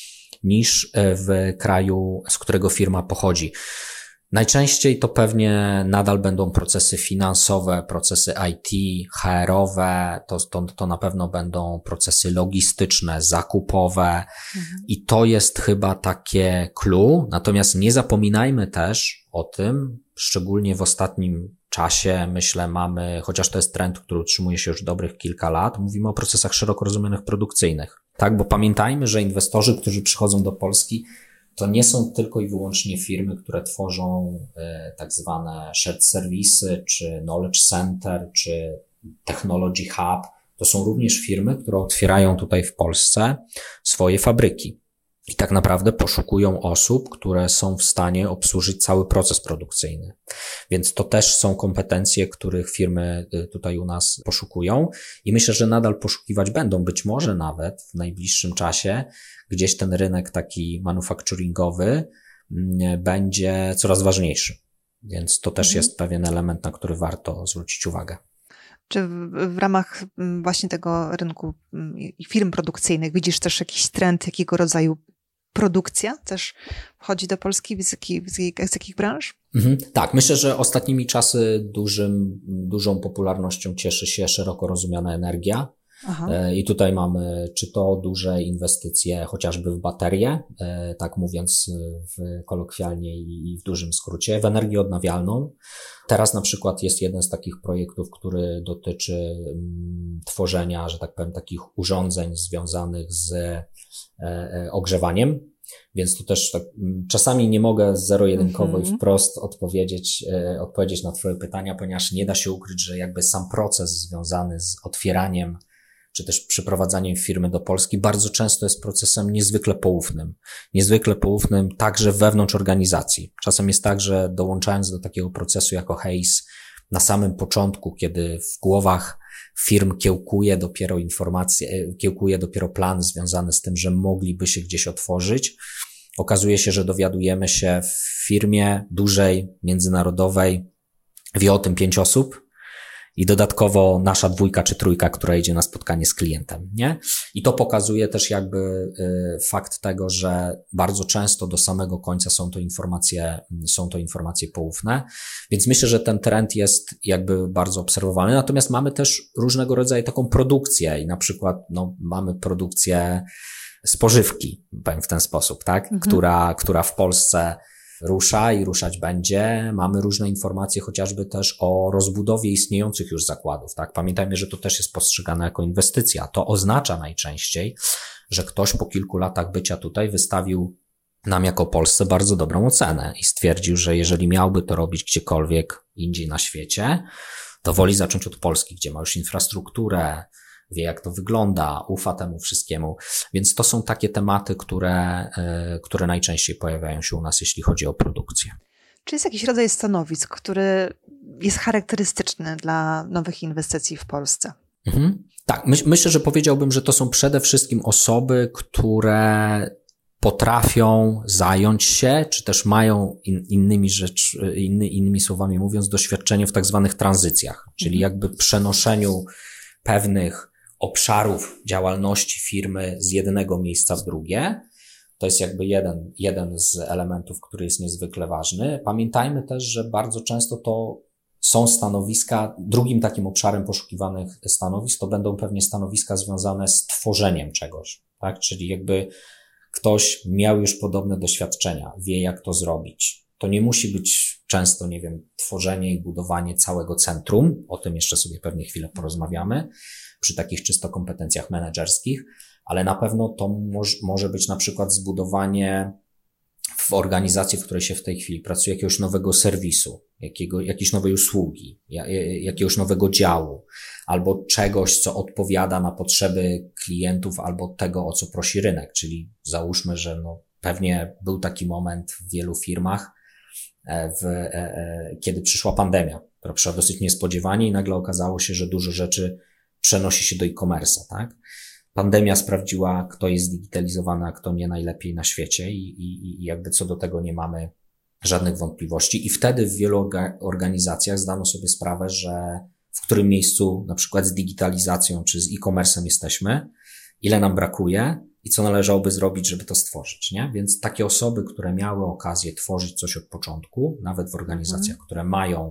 niż w kraju, z którego firma pochodzi. Najczęściej to pewnie nadal będą procesy finansowe, procesy I T, H R-owe, to, to, to na pewno będą procesy logistyczne, zakupowe mhm. i to jest chyba takie clue. Natomiast nie zapominajmy też o tym, szczególnie w ostatnim czasie, myślę, mamy, chociaż to jest trend, który utrzymuje się już dobrych kilka lat, mówimy o procesach szeroko rozumianych produkcyjnych, tak? Bo pamiętajmy, że inwestorzy, którzy przychodzą do Polski, to nie są tylko i wyłącznie firmy, które tworzą e, tak zwane shared serwisy, czy knowledge center, czy technology hub. To są również firmy, które otwierają tutaj w Polsce swoje fabryki i tak naprawdę poszukują osób, które są w stanie obsłużyć cały proces produkcyjny. Więc to też są kompetencje, których firmy tutaj u nas poszukują i myślę, że nadal poszukiwać będą. Być może nawet w najbliższym czasie gdzieś ten rynek taki manufacturingowy będzie coraz ważniejszy. Więc to też mhm. jest pewien element, na który warto zwrócić uwagę. Czy w, w ramach właśnie tego rynku firm produkcyjnych widzisz też jakiś trend, jakiego rodzaju produkcja też wchodzi do Polski? Z, jakich, z, jakich, z jakich branż? Mhm, tak, myślę, że ostatnimi czasy dużym, dużą popularnością cieszy się szeroko rozumiana energia. Aha. I tutaj mamy czy to duże inwestycje chociażby w baterie, tak mówiąc w kolokwialnie i w dużym skrócie, w energię odnawialną. Teraz na przykład jest jeden z takich projektów, który dotyczy tworzenia, że tak powiem, takich urządzeń związanych z ogrzewaniem. Więc tu też tak, czasami nie mogę zero-jedynkowo mm-hmm. i wprost odpowiedzieć, e, odpowiedzieć na twoje pytania, ponieważ nie da się ukryć, że jakby sam proces związany z otwieraniem czy też przyprowadzaniem firmy do Polski bardzo często jest procesem niezwykle poufnym. Niezwykle poufnym także wewnątrz organizacji. Czasem jest tak, że dołączając do takiego procesu jako Hays na samym początku, kiedy w głowach firm kiełkuje dopiero informacje, kiełkuje dopiero plan związany z tym, że mogliby się gdzieś otworzyć, okazuje się, że dowiadujemy się w firmie dużej, międzynarodowej, wie o tym pięć osób, i dodatkowo nasza dwójka czy trójka, która idzie na spotkanie z klientem, nie? I to pokazuje też jakby y, fakt tego, że bardzo często do samego końca są to informacje, są to informacje poufne, więc myślę, że ten trend jest jakby bardzo obserwowalny, natomiast mamy też różnego rodzaju taką produkcję i na przykład no, mamy produkcję spożywki, powiem w ten sposób, tak? Mhm. Która, która w Polsce rusza i ruszać będzie. Mamy różne informacje chociażby też o rozbudowie istniejących już zakładów, tak? Pamiętajmy, że to też jest postrzegane jako inwestycja. To oznacza najczęściej, że ktoś po kilku latach bycia tutaj wystawił nam jako Polsce bardzo dobrą ocenę i stwierdził, że jeżeli miałby to robić gdziekolwiek indziej na świecie, to woli zacząć od Polski, gdzie ma już infrastrukturę, wie jak to wygląda, ufa temu wszystkiemu. Więc to są takie tematy, które, które najczęściej pojawiają się u nas, jeśli chodzi o produkcję. Czy jest jakiś rodzaj stanowisk, który jest charakterystyczny dla nowych inwestycji w Polsce? Mhm. Tak, my, myślę, że powiedziałbym, że to są przede wszystkim osoby, które potrafią zająć się, czy też mają in, innymi rzecz, inny, innymi słowami mówiąc, doświadczenie w tak zwanych tranzycjach, czyli jakby przenoszeniu pewnych obszarów działalności firmy z jednego miejsca w drugie. To jest jakby jeden, jeden z elementów, który jest niezwykle ważny. Pamiętajmy też, że bardzo często to są stanowiska, drugim takim obszarem poszukiwanych stanowisk to będą pewnie stanowiska związane z tworzeniem czegoś, tak? Czyli jakby ktoś miał już podobne doświadczenia, wie jak to zrobić. To nie musi być często, nie wiem, tworzenie i budowanie całego centrum, o tym jeszcze sobie pewnie chwilę porozmawiamy, przy takich czysto kompetencjach menedżerskich, ale na pewno to moż, może być na przykład zbudowanie w organizacji, w której się w tej chwili pracuje, jakiegoś nowego serwisu, jakiego, jakiejś nowej usługi, jakiegoś nowego działu, albo czegoś, co odpowiada na potrzeby klientów, albo tego, o co prosi rynek. Czyli załóżmy, że no, pewnie był taki moment w wielu firmach, w, e, e, kiedy przyszła pandemia, która przyszła dosyć niespodziewanie i nagle okazało się, że dużo rzeczy przenosi się do e-commerce'a, tak? Pandemia sprawdziła, kto jest zdigitalizowany, a kto nie najlepiej na świecie i, i, i jakby co do tego nie mamy żadnych wątpliwości. I wtedy w wielu organizacjach zdano sobie sprawę, że w którym miejscu na przykład z digitalizacją czy z e-commerce'em jesteśmy, ile nam brakuje i co należałoby zrobić, żeby to stworzyć, nie? Więc takie osoby, które miały okazję tworzyć coś od początku, nawet w organizacjach, mhm. które mają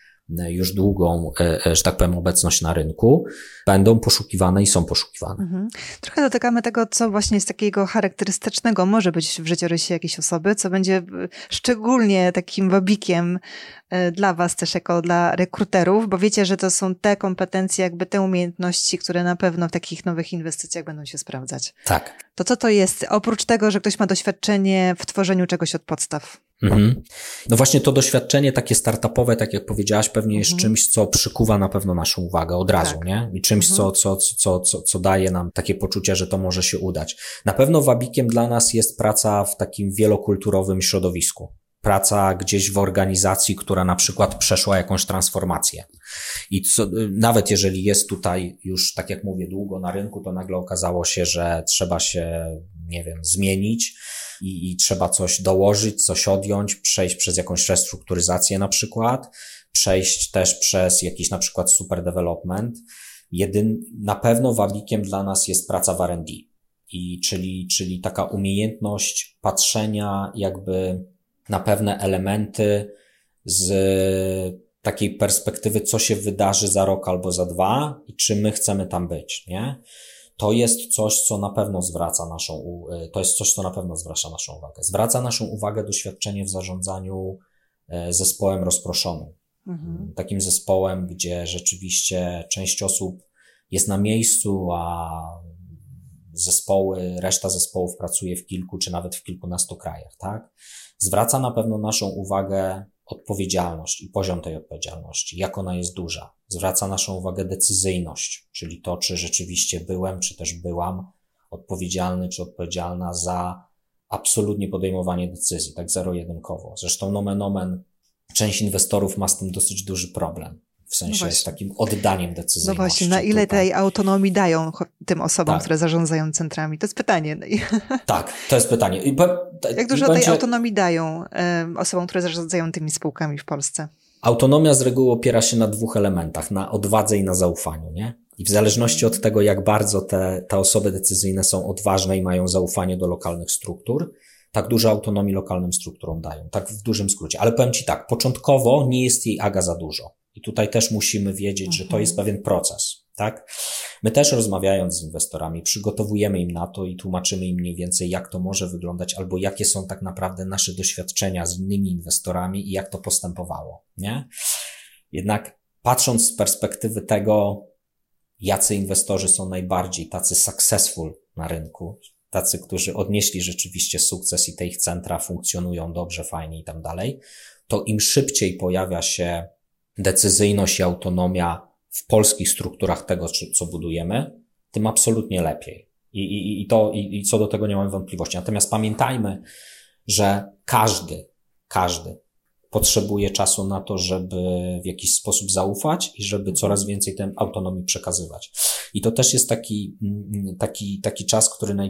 już długą, że tak powiem, obecność na rynku, będą poszukiwane i są poszukiwane. Mhm. Trochę dotykamy tego, co właśnie jest takiego charakterystycznego może być w życiorysie jakiejś osoby, co będzie szczególnie takim wabikiem dla was też jako dla rekruterów, bo wiecie, że to są te kompetencje, jakby te umiejętności, które na pewno w takich nowych inwestycjach będą się sprawdzać. Tak. To co to jest? Oprócz tego, że ktoś ma doświadczenie w tworzeniu czegoś od podstaw. Mhm. No właśnie to doświadczenie takie startupowe, tak jak powiedziałaś, pewnie jest mhm. czymś, co przykuwa na pewno naszą uwagę od razu, tak. nie? I czymś, mhm. co, co, co, co, co daje nam takie poczucie, że to może się udać. Na pewno wabikiem dla nas jest praca w takim wielokulturowym środowisku. Praca gdzieś w organizacji, która na przykład przeszła jakąś transformację. I co, nawet jeżeli jest tutaj już, tak jak mówię, długo na rynku, to nagle okazało się, że trzeba się, nie wiem, zmienić i, i trzeba coś dołożyć, coś odjąć, przejść przez jakąś restrukturyzację na przykład, przejść też przez jakiś na przykład super development. Jedyn, na pewno wabikiem dla nas jest praca w R and D. I czyli, czyli taka umiejętność patrzenia jakby na pewne elementy z takiej perspektywy, co się wydarzy za rok albo za dwa i czy my chcemy tam być, nie? To jest coś, co na pewno zwraca naszą, to jest coś, co na pewno zwraca naszą uwagę. Zwraca naszą uwagę doświadczenie w zarządzaniu zespołem rozproszonym. Mhm. Takim zespołem, gdzie rzeczywiście część osób jest na miejscu, a zespoły, reszta zespołów pracuje w kilku czy nawet w kilkunastu krajach, tak? Zwraca na pewno naszą uwagę odpowiedzialność i poziom tej odpowiedzialności, jak ona jest duża. Zwraca naszą uwagę decyzyjność, czyli to, czy rzeczywiście byłem, czy też byłam odpowiedzialny, czy odpowiedzialna za absolutnie podejmowanie decyzji, tak zero-jedynkowo. Zresztą nomen omen, część inwestorów ma z tym dosyć duży problem. W sensie no z takim oddaniem decyzyjności. No właśnie, na ile tutaj. tej autonomii dają tym osobom, tak. które zarządzają centrami? To jest pytanie. Tak, to jest pytanie. I be, Jak dużo będzie... tej autonomii dają um, osobom, które zarządzają tymi spółkami w Polsce? Autonomia z reguły opiera się na dwóch elementach, na odwadze i na zaufaniu, nie? I w zależności od tego, jak bardzo te, te osoby decyzyjne są odważne i mają zaufanie do lokalnych struktur, tak dużo autonomii lokalnym strukturom dają. Tak w dużym skrócie. Ale powiem Ci tak, początkowo nie jest jej aga za dużo. I tutaj też musimy wiedzieć, mhm. że to jest pewien proces, tak? My też rozmawiając z inwestorami, przygotowujemy im na to i tłumaczymy im mniej więcej, jak to może wyglądać, albo jakie są tak naprawdę nasze doświadczenia z innymi inwestorami i jak to postępowało, nie? Jednak patrząc z perspektywy tego, jacy inwestorzy są najbardziej tacy successful na rynku, tacy, którzy odnieśli rzeczywiście sukces i te ich centra funkcjonują dobrze, fajnie i tam dalej, to im szybciej pojawia się decyzyjność i autonomia w polskich strukturach tego, co budujemy, tym absolutnie lepiej. I, i, i, to, i, i co do tego nie mamy wątpliwości. Natomiast pamiętajmy, że każdy, każdy potrzebuje czasu na to, żeby w jakiś sposób zaufać i żeby coraz więcej tej autonomii przekazywać. I to też jest taki, taki, taki czas, który, naj,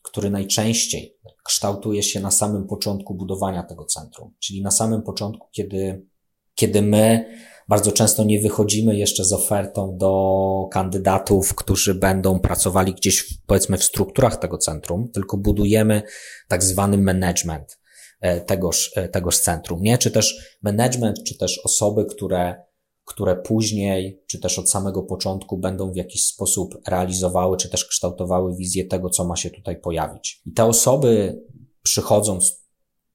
który najczęściej kształtuje się na samym początku budowania tego centrum, czyli na samym początku, kiedy, kiedy my bardzo często nie wychodzimy jeszcze z ofertą do kandydatów, którzy będą pracowali gdzieś, powiedzmy, w strukturach tego centrum, tylko budujemy tak zwany management tegoż, tegoż centrum, nie? Czy też management, czy też osoby, które, które później, czy też od samego początku będą w jakiś sposób realizowały, czy też kształtowały wizję tego, co ma się tutaj pojawić. I te osoby, przychodząc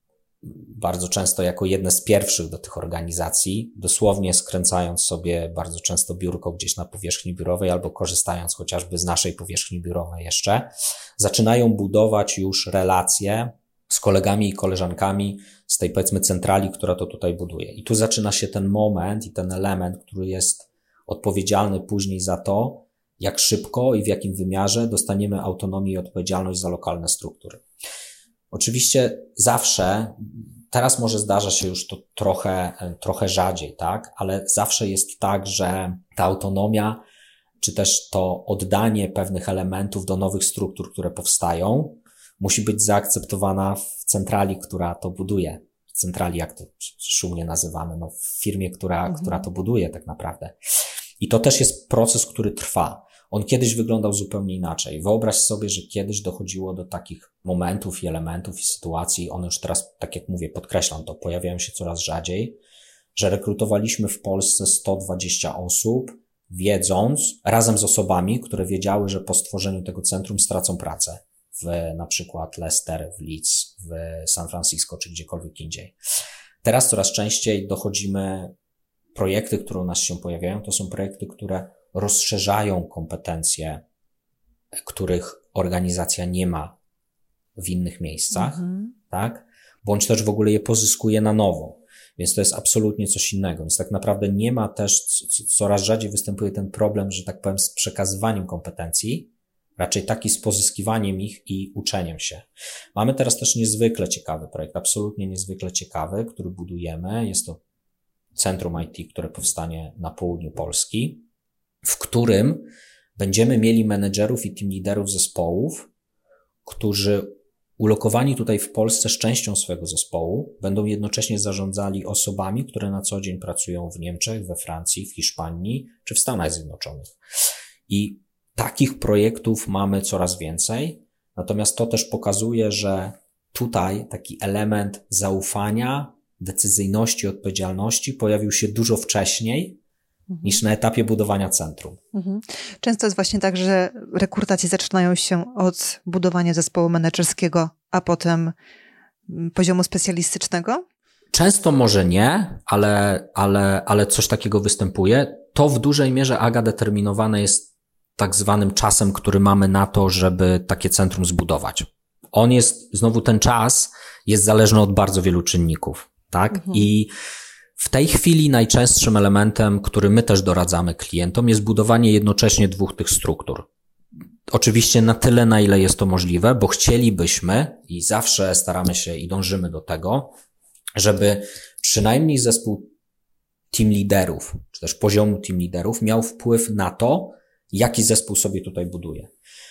bardzo często jako jedne z pierwszych do tych organizacji, dosłownie skręcając sobie bardzo często biurko gdzieś na powierzchni biurowej albo korzystając chociażby z naszej powierzchni biurowej jeszcze, zaczynają budować już relacje z kolegami i koleżankami z tej, powiedzmy, centrali, która to tutaj buduje. I tu zaczyna się ten moment i ten element, który jest odpowiedzialny później za to, jak szybko i w jakim wymiarze dostaniemy autonomię i odpowiedzialność za lokalne struktury. Oczywiście zawsze, teraz może zdarza się już to trochę, trochę rzadziej, tak, ale zawsze jest tak, że ta autonomia, czy też to oddanie pewnych elementów do nowych struktur, które powstają, musi być zaakceptowana w centrali, która to buduje. W centrali, jak to szumnie nazywamy, no w firmie, która, mhm. która to buduje tak naprawdę. I to też jest proces, który trwa. On kiedyś wyglądał zupełnie inaczej. Wyobraź sobie, że kiedyś dochodziło do takich momentów i elementów i sytuacji, one już teraz, tak jak mówię, podkreślam to, pojawiają się coraz rzadziej, że rekrutowaliśmy w Polsce sto dwadzieścia osób, wiedząc, razem z osobami, które wiedziały, że po stworzeniu tego centrum stracą pracę. W na przykład Leicester, w Leeds, w San Francisco czy gdziekolwiek indziej. Teraz coraz częściej dochodzimy, projekty, które u nas się pojawiają, to są projekty, które rozszerzają kompetencje, których organizacja nie ma w innych miejscach, mhm. tak? Bądź też w ogóle je pozyskuje na nowo. Więc to jest absolutnie coś innego. Więc tak naprawdę nie ma też, coraz rzadziej występuje ten problem, że tak powiem, z przekazywaniem kompetencji, raczej taki z pozyskiwaniem ich i uczeniem się. Mamy teraz też niezwykle ciekawy projekt, absolutnie niezwykle ciekawy, który budujemy. Jest to Centrum I T, które powstanie na południu Polski, w którym będziemy mieli menedżerów i team liderów zespołów, którzy ulokowani tutaj w Polsce z częścią swojego zespołu będą jednocześnie zarządzali osobami, które na co dzień pracują w Niemczech, we Francji, w Hiszpanii czy w Stanach Zjednoczonych. I takich projektów mamy coraz więcej, natomiast to też pokazuje, że tutaj taki element zaufania, decyzyjności, odpowiedzialności pojawił się dużo wcześniej mhm. niż na etapie budowania centrum. Mhm. Często jest właśnie tak, że rekrutacje zaczynają się od budowania zespołu menedżerskiego, a potem poziomu specjalistycznego? Często może nie, ale, ale, ale coś takiego występuje. To w dużej mierze, Aga, determinowane jest tak zwanym czasem, który mamy na to, żeby takie centrum zbudować. On jest, znowu ten czas jest zależny od bardzo wielu czynników, tak? Mhm. I w tej chwili najczęstszym elementem, który my też doradzamy klientom, jest budowanie jednocześnie dwóch tych struktur. Oczywiście na tyle, na ile jest to możliwe, bo chcielibyśmy i zawsze staramy się i dążymy do tego, żeby przynajmniej zespół team liderów, czy też poziomu team liderów miał wpływ na to, jaki zespół sobie tutaj buduje.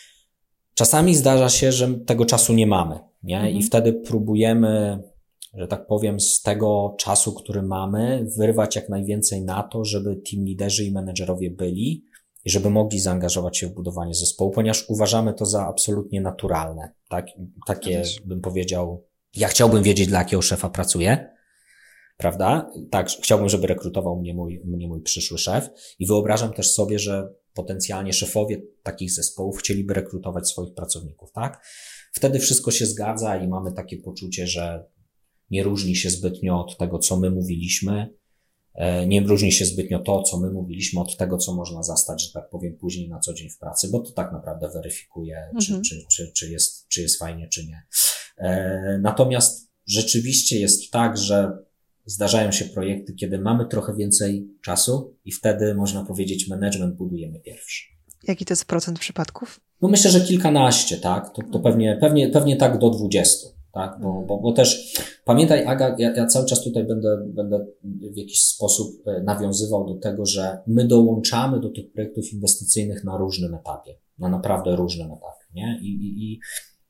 Czasami zdarza się, że tego czasu nie mamy, nie? Mhm. I wtedy próbujemy, że tak powiem, z tego czasu, który mamy, wyrwać jak najwięcej na to, żeby team liderzy i menedżerowie byli i żeby mogli zaangażować się w budowanie zespołu, ponieważ uważamy to za absolutnie naturalne. Tak? Takie, bym powiedział, ja chciałbym wiedzieć, dla jakiego szefa pracuję, prawda? Tak, chciałbym, żeby rekrutował mnie mój, mnie mój przyszły szef i wyobrażam też sobie, że potencjalnie szefowie takich zespołów chcieliby rekrutować swoich pracowników, tak? Wtedy wszystko się zgadza i mamy takie poczucie, że nie różni się zbytnio od tego, co my mówiliśmy, nie różni się zbytnio to, co my mówiliśmy od tego, co można zastać, że tak powiem, później na co dzień w pracy, bo to tak naprawdę weryfikuje, mhm. czy, czy, czy, czy, jest, czy jest fajnie, czy nie. Natomiast rzeczywiście jest tak, że zdarzają się projekty, kiedy mamy trochę więcej czasu i wtedy można powiedzieć, management budujemy pierwszy. Jaki to jest procent przypadków? No myślę, że kilkanaście, tak? To, to pewnie, pewnie, pewnie tak do dwudziestu, tak? Bo, bo, bo też pamiętaj, Aga, ja, ja cały czas tutaj będę, będę w jakiś sposób nawiązywał do tego, że my dołączamy do tych projektów inwestycyjnych na różnym etapie, na naprawdę różnym etapie, nie? I, i, i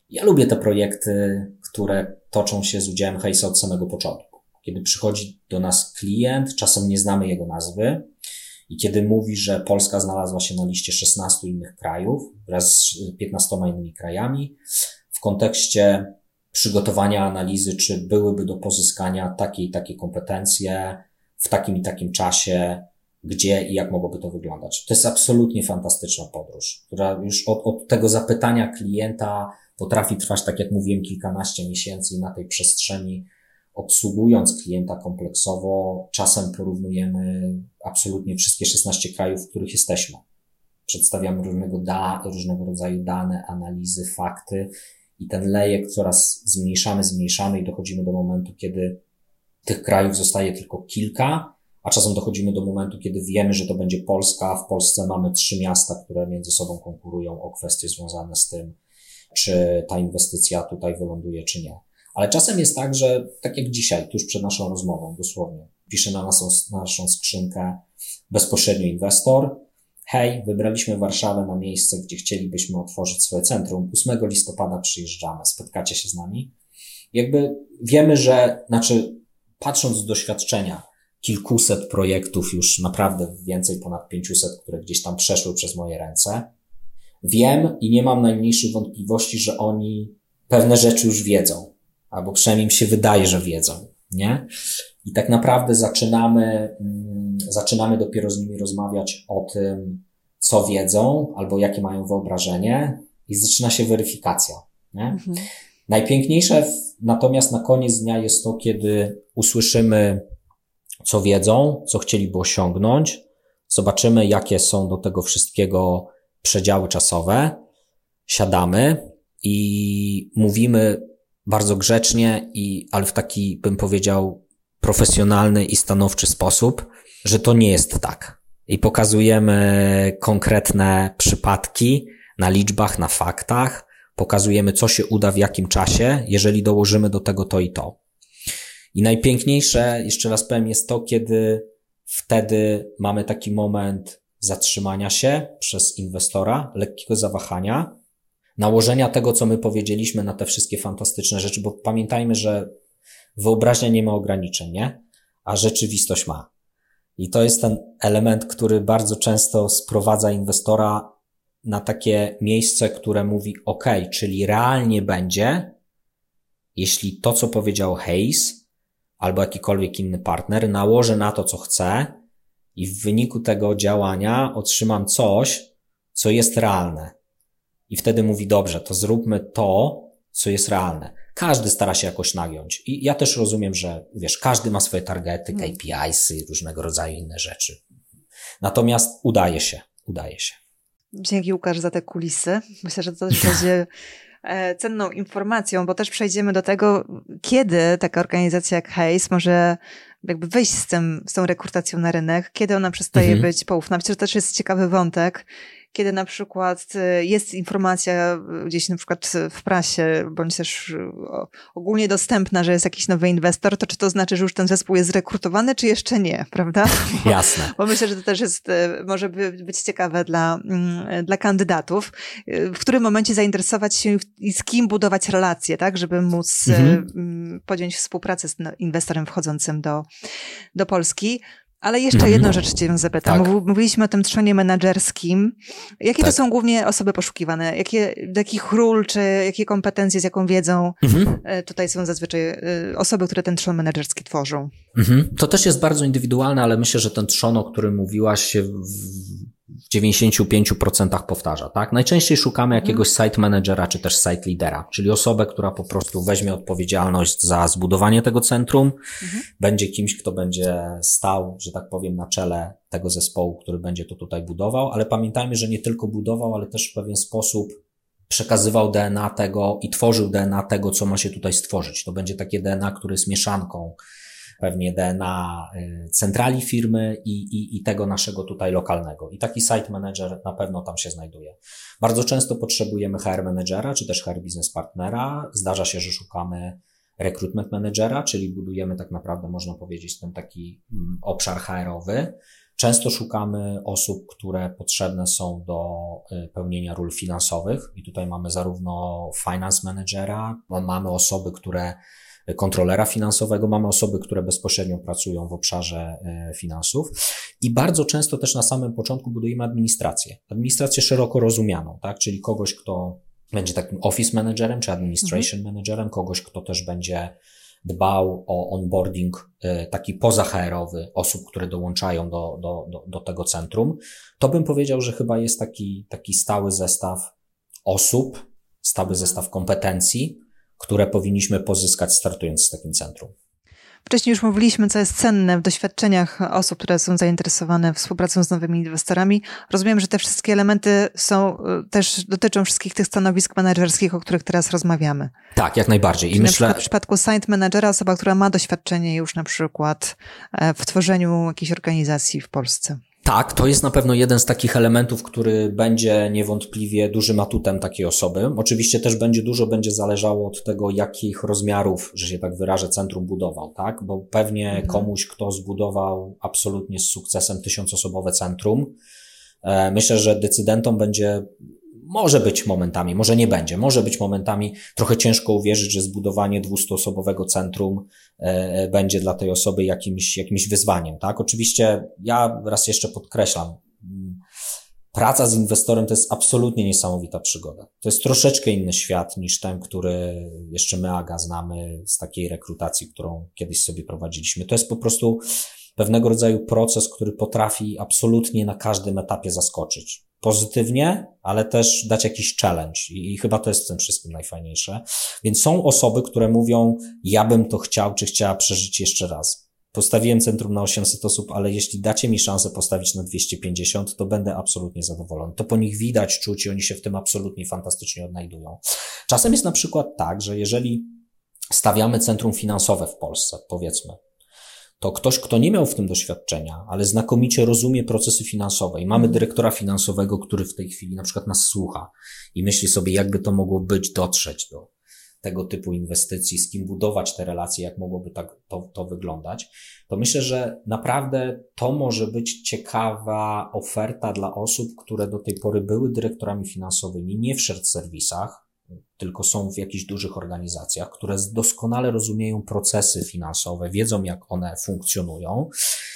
Ja lubię te projekty, które toczą się z udziałem Hayesa od samego początku. Kiedy przychodzi do nas klient, czasem nie znamy jego nazwy i kiedy mówi, że Polska znalazła się na liście szesnastu innych krajów wraz z piętnastoma innymi krajami w kontekście przygotowania analizy, czy byłyby do pozyskania takie i takie kompetencje w takim i takim czasie, gdzie i jak mogłoby to wyglądać. To jest absolutnie fantastyczna podróż, która już od, od tego zapytania klienta potrafi trwać, tak jak mówiłem, kilkanaście miesięcy i na tej przestrzeni, obsługując klienta kompleksowo, czasem porównujemy absolutnie wszystkie szesnaście krajów, w których jesteśmy. Przedstawiamy różnego, da, różnego rodzaju dane, analizy, fakty i ten lejek coraz zmniejszamy, zmniejszamy i dochodzimy do momentu, kiedy tych krajów zostaje tylko kilka, a czasem dochodzimy do momentu, kiedy wiemy, że to będzie Polska. W Polsce mamy trzy miasta, które między sobą konkurują o kwestie związane z tym, czy ta inwestycja tutaj wyląduje, czy nie. Ale czasem jest tak, że tak jak dzisiaj, tuż przed naszą rozmową, dosłownie, pisze na naszą, na naszą skrzynkę bezpośrednio inwestor: hej, wybraliśmy Warszawę na miejsce, gdzie chcielibyśmy otworzyć swoje centrum. ósmego listopada przyjeżdżamy, spotkacie się z nami. Jakby wiemy, że, znaczy patrząc z doświadczenia kilkuset projektów, już naprawdę więcej, ponad pięciuset, które gdzieś tam przeszły przez moje ręce, wiem i nie mam najmniejszych wątpliwości, że oni pewne rzeczy już wiedzą, albo przynajmniej im się wydaje, że wiedzą, nie? I tak naprawdę zaczynamy, mm, zaczynamy dopiero z nimi rozmawiać o tym, co wiedzą, albo jakie mają wyobrażenie i zaczyna się weryfikacja, nie? Mhm. Najpiękniejsze w, natomiast na koniec dnia jest to, kiedy usłyszymy, co wiedzą, co chcieliby osiągnąć, zobaczymy, jakie są do tego wszystkiego przedziały czasowe, siadamy i mówimy bardzo grzecznie, i, ale w taki, bym powiedział, profesjonalny i stanowczy sposób, że to nie jest tak. I pokazujemy konkretne przypadki na liczbach, na faktach, pokazujemy, co się uda w jakim czasie, jeżeli dołożymy do tego to i to. I najpiękniejsze, jeszcze raz powiem, jest to, kiedy wtedy mamy taki moment zatrzymania się przez inwestora, lekkiego zawahania, nałożenia tego, co my powiedzieliśmy na te wszystkie fantastyczne rzeczy, bo pamiętajmy, że wyobraźnia nie ma ograniczeń, nie? A rzeczywistość ma. I to jest ten element, który bardzo często sprowadza inwestora na takie miejsce, które mówi OK, czyli realnie będzie, jeśli to, co powiedział Hayes albo jakikolwiek inny partner, nałożę na to, co chcę i w wyniku tego działania otrzymam coś, co jest realne. I wtedy mówi, dobrze, to zróbmy to, co jest realne. Każdy stara się jakoś nagiąć. I ja też rozumiem, że wiesz, każdy ma swoje targety, K P Isy, różnego rodzaju inne rzeczy. Natomiast udaje się, udaje się. Dzięki, Łukasz, za te kulisy. Myślę, że to też będzie cenną informacją, bo też przejdziemy do tego, kiedy taka organizacja jak Hayes może jakby wejść z tym, z tą rekrutacją na rynek, kiedy ona przestaje mhm. być poufna. Myślę, że to też jest ciekawy wątek, kiedy na przykład jest informacja gdzieś na przykład w prasie, bądź też ogólnie dostępna, że jest jakiś nowy inwestor, to czy to znaczy, że już ten zespół jest zrekrutowany, czy jeszcze nie, prawda? Jasne. Bo myślę, że to też jest, może być ciekawe dla, dla kandydatów, w którym momencie zainteresować się i z kim budować relacje, tak, żeby móc mhm. podjąć współpracę z inwestorem wchodzącym do, do Polski. Ale jeszcze jedną rzecz cię zapytam. Tak. Mówiliśmy o tym trzonie menedżerskim. Jakie tak. to są głównie osoby poszukiwane? Jakie, do jakich ról, czy jakie kompetencje, z jaką wiedzą mhm. tutaj są zazwyczaj osoby, które ten trzon menedżerski tworzą? Mhm. To też jest bardzo indywidualne, ale myślę, że ten trzon, o którym mówiłaś, się w dziewięćdziesiąt pięć procent powtarza, tak? Najczęściej szukamy jakiegoś site managera, czy też site lidera, czyli osobę, która po prostu weźmie odpowiedzialność za zbudowanie tego centrum, mhm. będzie kimś, kto będzie stał, że tak powiem, na czele tego zespołu, który będzie to tutaj budował, ale pamiętajmy, że nie tylko budował, ale też w pewien sposób przekazywał D N A tego i tworzył D N A tego, co ma się tutaj stworzyć. To będzie takie D N A, które jest mieszanką pewnie D N A centrali firmy i, i, i tego naszego tutaj lokalnego. I taki site manager na pewno tam się znajduje. Bardzo często potrzebujemy H R managera, czy też H R business partnera. Zdarza się, że szukamy recruitment managera, czyli budujemy tak naprawdę, można powiedzieć, ten taki obszar H R owy. Często szukamy osób, które potrzebne są do pełnienia ról finansowych i tutaj mamy zarówno finance managera, mamy osoby, które kontrolera finansowego, mamy osoby, które bezpośrednio pracują w obszarze finansów i bardzo często też na samym początku budujemy administrację. Administrację szeroko rozumianą, tak? Czyli kogoś, kto będzie takim office managerem czy administration mhm. managerem, kogoś, kto też będzie dbał o onboarding taki poza H R-owy osób, które dołączają do, do, do, do tego centrum. To bym powiedział, że chyba jest taki, taki stały zestaw osób, stały mhm. zestaw kompetencji, które powinniśmy pozyskać startując z takim centrum. Wcześniej już mówiliśmy, co jest cenne w doświadczeniach osób, które są zainteresowane współpracą z nowymi inwestorami. Rozumiem, że te wszystkie elementy są, też dotyczą wszystkich tych stanowisk menedżerskich, o których teraz rozmawiamy. Tak, jak najbardziej. I Czyli myślę... na przykład w przypadku site managera, osoba, która ma doświadczenie już na przykład w tworzeniu jakiejś organizacji w Polsce. Tak, to jest na pewno jeden z takich elementów, który będzie niewątpliwie dużym atutem takiej osoby. Oczywiście też będzie dużo będzie zależało od tego, jakich rozmiarów, że się tak wyrażę, centrum budował, tak? Bo pewnie mhm. komuś, kto zbudował absolutnie z sukcesem tysiącosobowe centrum, myślę, że decydentom będzie, może być momentami, może nie będzie, może być momentami trochę ciężko uwierzyć, że zbudowanie dwustuosobowego centrum e, będzie dla tej osoby jakimś, jakimś wyzwaniem, tak? Oczywiście ja raz jeszcze podkreślam, praca z inwestorem to jest absolutnie niesamowita przygoda. To jest troszeczkę inny świat niż ten, który jeszcze my, Aga, znamy z takiej rekrutacji, którą kiedyś sobie prowadziliśmy. To jest po prostu pewnego rodzaju proces, który potrafi absolutnie na każdym etapie zaskoczyć. Pozytywnie, ale też dać jakiś challenge i, i chyba to jest w tym wszystkim najfajniejsze. Więc są osoby, które mówią, ja bym to chciał, czy chciała przeżyć jeszcze raz. Postawiłem centrum na osiemset osób, ale jeśli dacie mi szansę postawić na dwieście pięćdziesiąt, to będę absolutnie zadowolony. To po nich widać, czuć i oni się w tym absolutnie fantastycznie odnajdują. Czasem jest na przykład tak, że jeżeli stawiamy centrum finansowe w Polsce, powiedzmy, to ktoś, kto nie miał w tym doświadczenia, ale znakomicie rozumie procesy finansowe i mamy dyrektora finansowego, który w tej chwili na przykład nas słucha i myśli sobie, jakby to mogło być, dotrzeć do tego typu inwestycji, z kim budować te relacje, jak mogłoby tak to, to wyglądać, to myślę, że naprawdę to może być ciekawa oferta dla osób, które do tej pory były dyrektorami finansowymi, nie w shared serwisach, tylko są w jakichś dużych organizacjach, które doskonale rozumieją procesy finansowe, wiedzą, jak one funkcjonują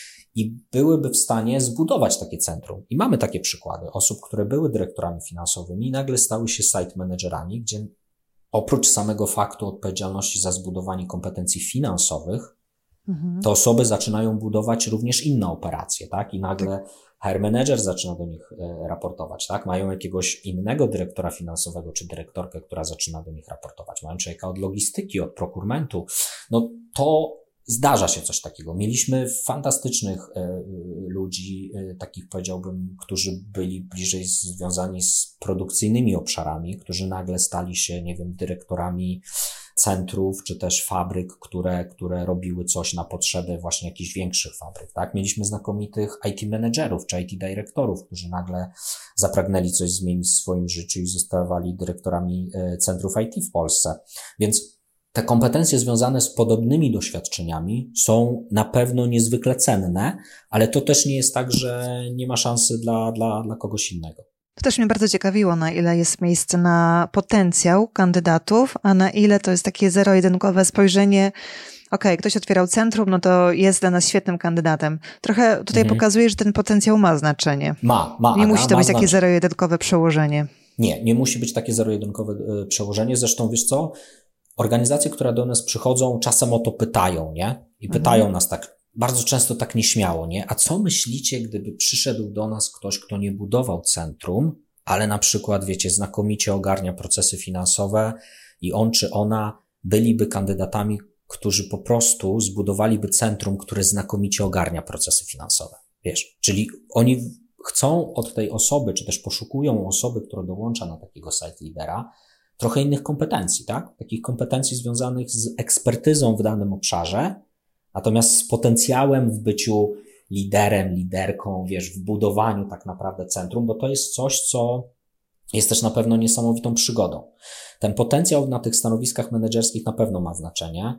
i byłyby w stanie zbudować takie centrum. I mamy takie przykłady osób, które były dyrektorami finansowymi i nagle stały się site managerami, gdzie oprócz samego faktu odpowiedzialności za zbudowanie kompetencji finansowych, mhm. te osoby zaczynają budować również inne operacje, tak? I nagle H R manager zaczyna do nich raportować, tak? Mają jakiegoś innego dyrektora finansowego czy dyrektorkę, która zaczyna do nich raportować. Mają człowieka od logistyki, od procurementu. No to zdarza się coś takiego. Mieliśmy fantastycznych e, ludzi, e, takich powiedziałbym, którzy byli bliżej związani z produkcyjnymi obszarami, którzy nagle stali się, nie wiem, dyrektorami centrów, czy też fabryk, które, które robiły coś na potrzeby właśnie jakichś większych fabryk, tak? Mieliśmy znakomitych I T menedżerów, czy I T dyrektorów, którzy nagle zapragnęli coś zmienić w swoim życiu i zostawali dyrektorami centrów I T w Polsce. Więc te kompetencje związane z podobnymi doświadczeniami są na pewno niezwykle cenne, ale to też nie jest tak, że nie ma szansy dla, dla, dla kogoś innego. To też mnie bardzo ciekawiło, na ile jest miejsce na potencjał kandydatów, a na ile to jest takie zero-jedynkowe spojrzenie. Okej, okay, ktoś otwierał centrum, no to jest dla nas świetnym kandydatem. Trochę tutaj mhm. pokazuje, że ten potencjał ma znaczenie. Ma, ma. Nie Aga, musi to ma być takie znaczenie. zero-jedynkowe przełożenie. Nie, nie musi być takie zero-jedynkowe y, przełożenie. Zresztą wiesz co? Organizacje, które do nas przychodzą, czasem o to pytają, nie? I pytają mhm. nas tak, bardzo często tak nieśmiało, nie? A co myślicie, gdyby przyszedł do nas ktoś, kto nie budował centrum, ale na przykład, wiecie, znakomicie ogarnia procesy finansowe i on czy ona byliby kandydatami, którzy po prostu zbudowaliby centrum, które znakomicie ogarnia procesy finansowe. Wiesz, czyli oni chcą od tej osoby, czy też poszukują osoby, która dołącza na takiego site lidera, trochę innych kompetencji, tak? Takich kompetencji związanych z ekspertyzą w danym obszarze, natomiast z potencjałem w byciu liderem, liderką, wiesz, w budowaniu tak naprawdę centrum, bo to jest coś, co jest też na pewno niesamowitą przygodą. Ten potencjał na tych stanowiskach menedżerskich na pewno ma znaczenie,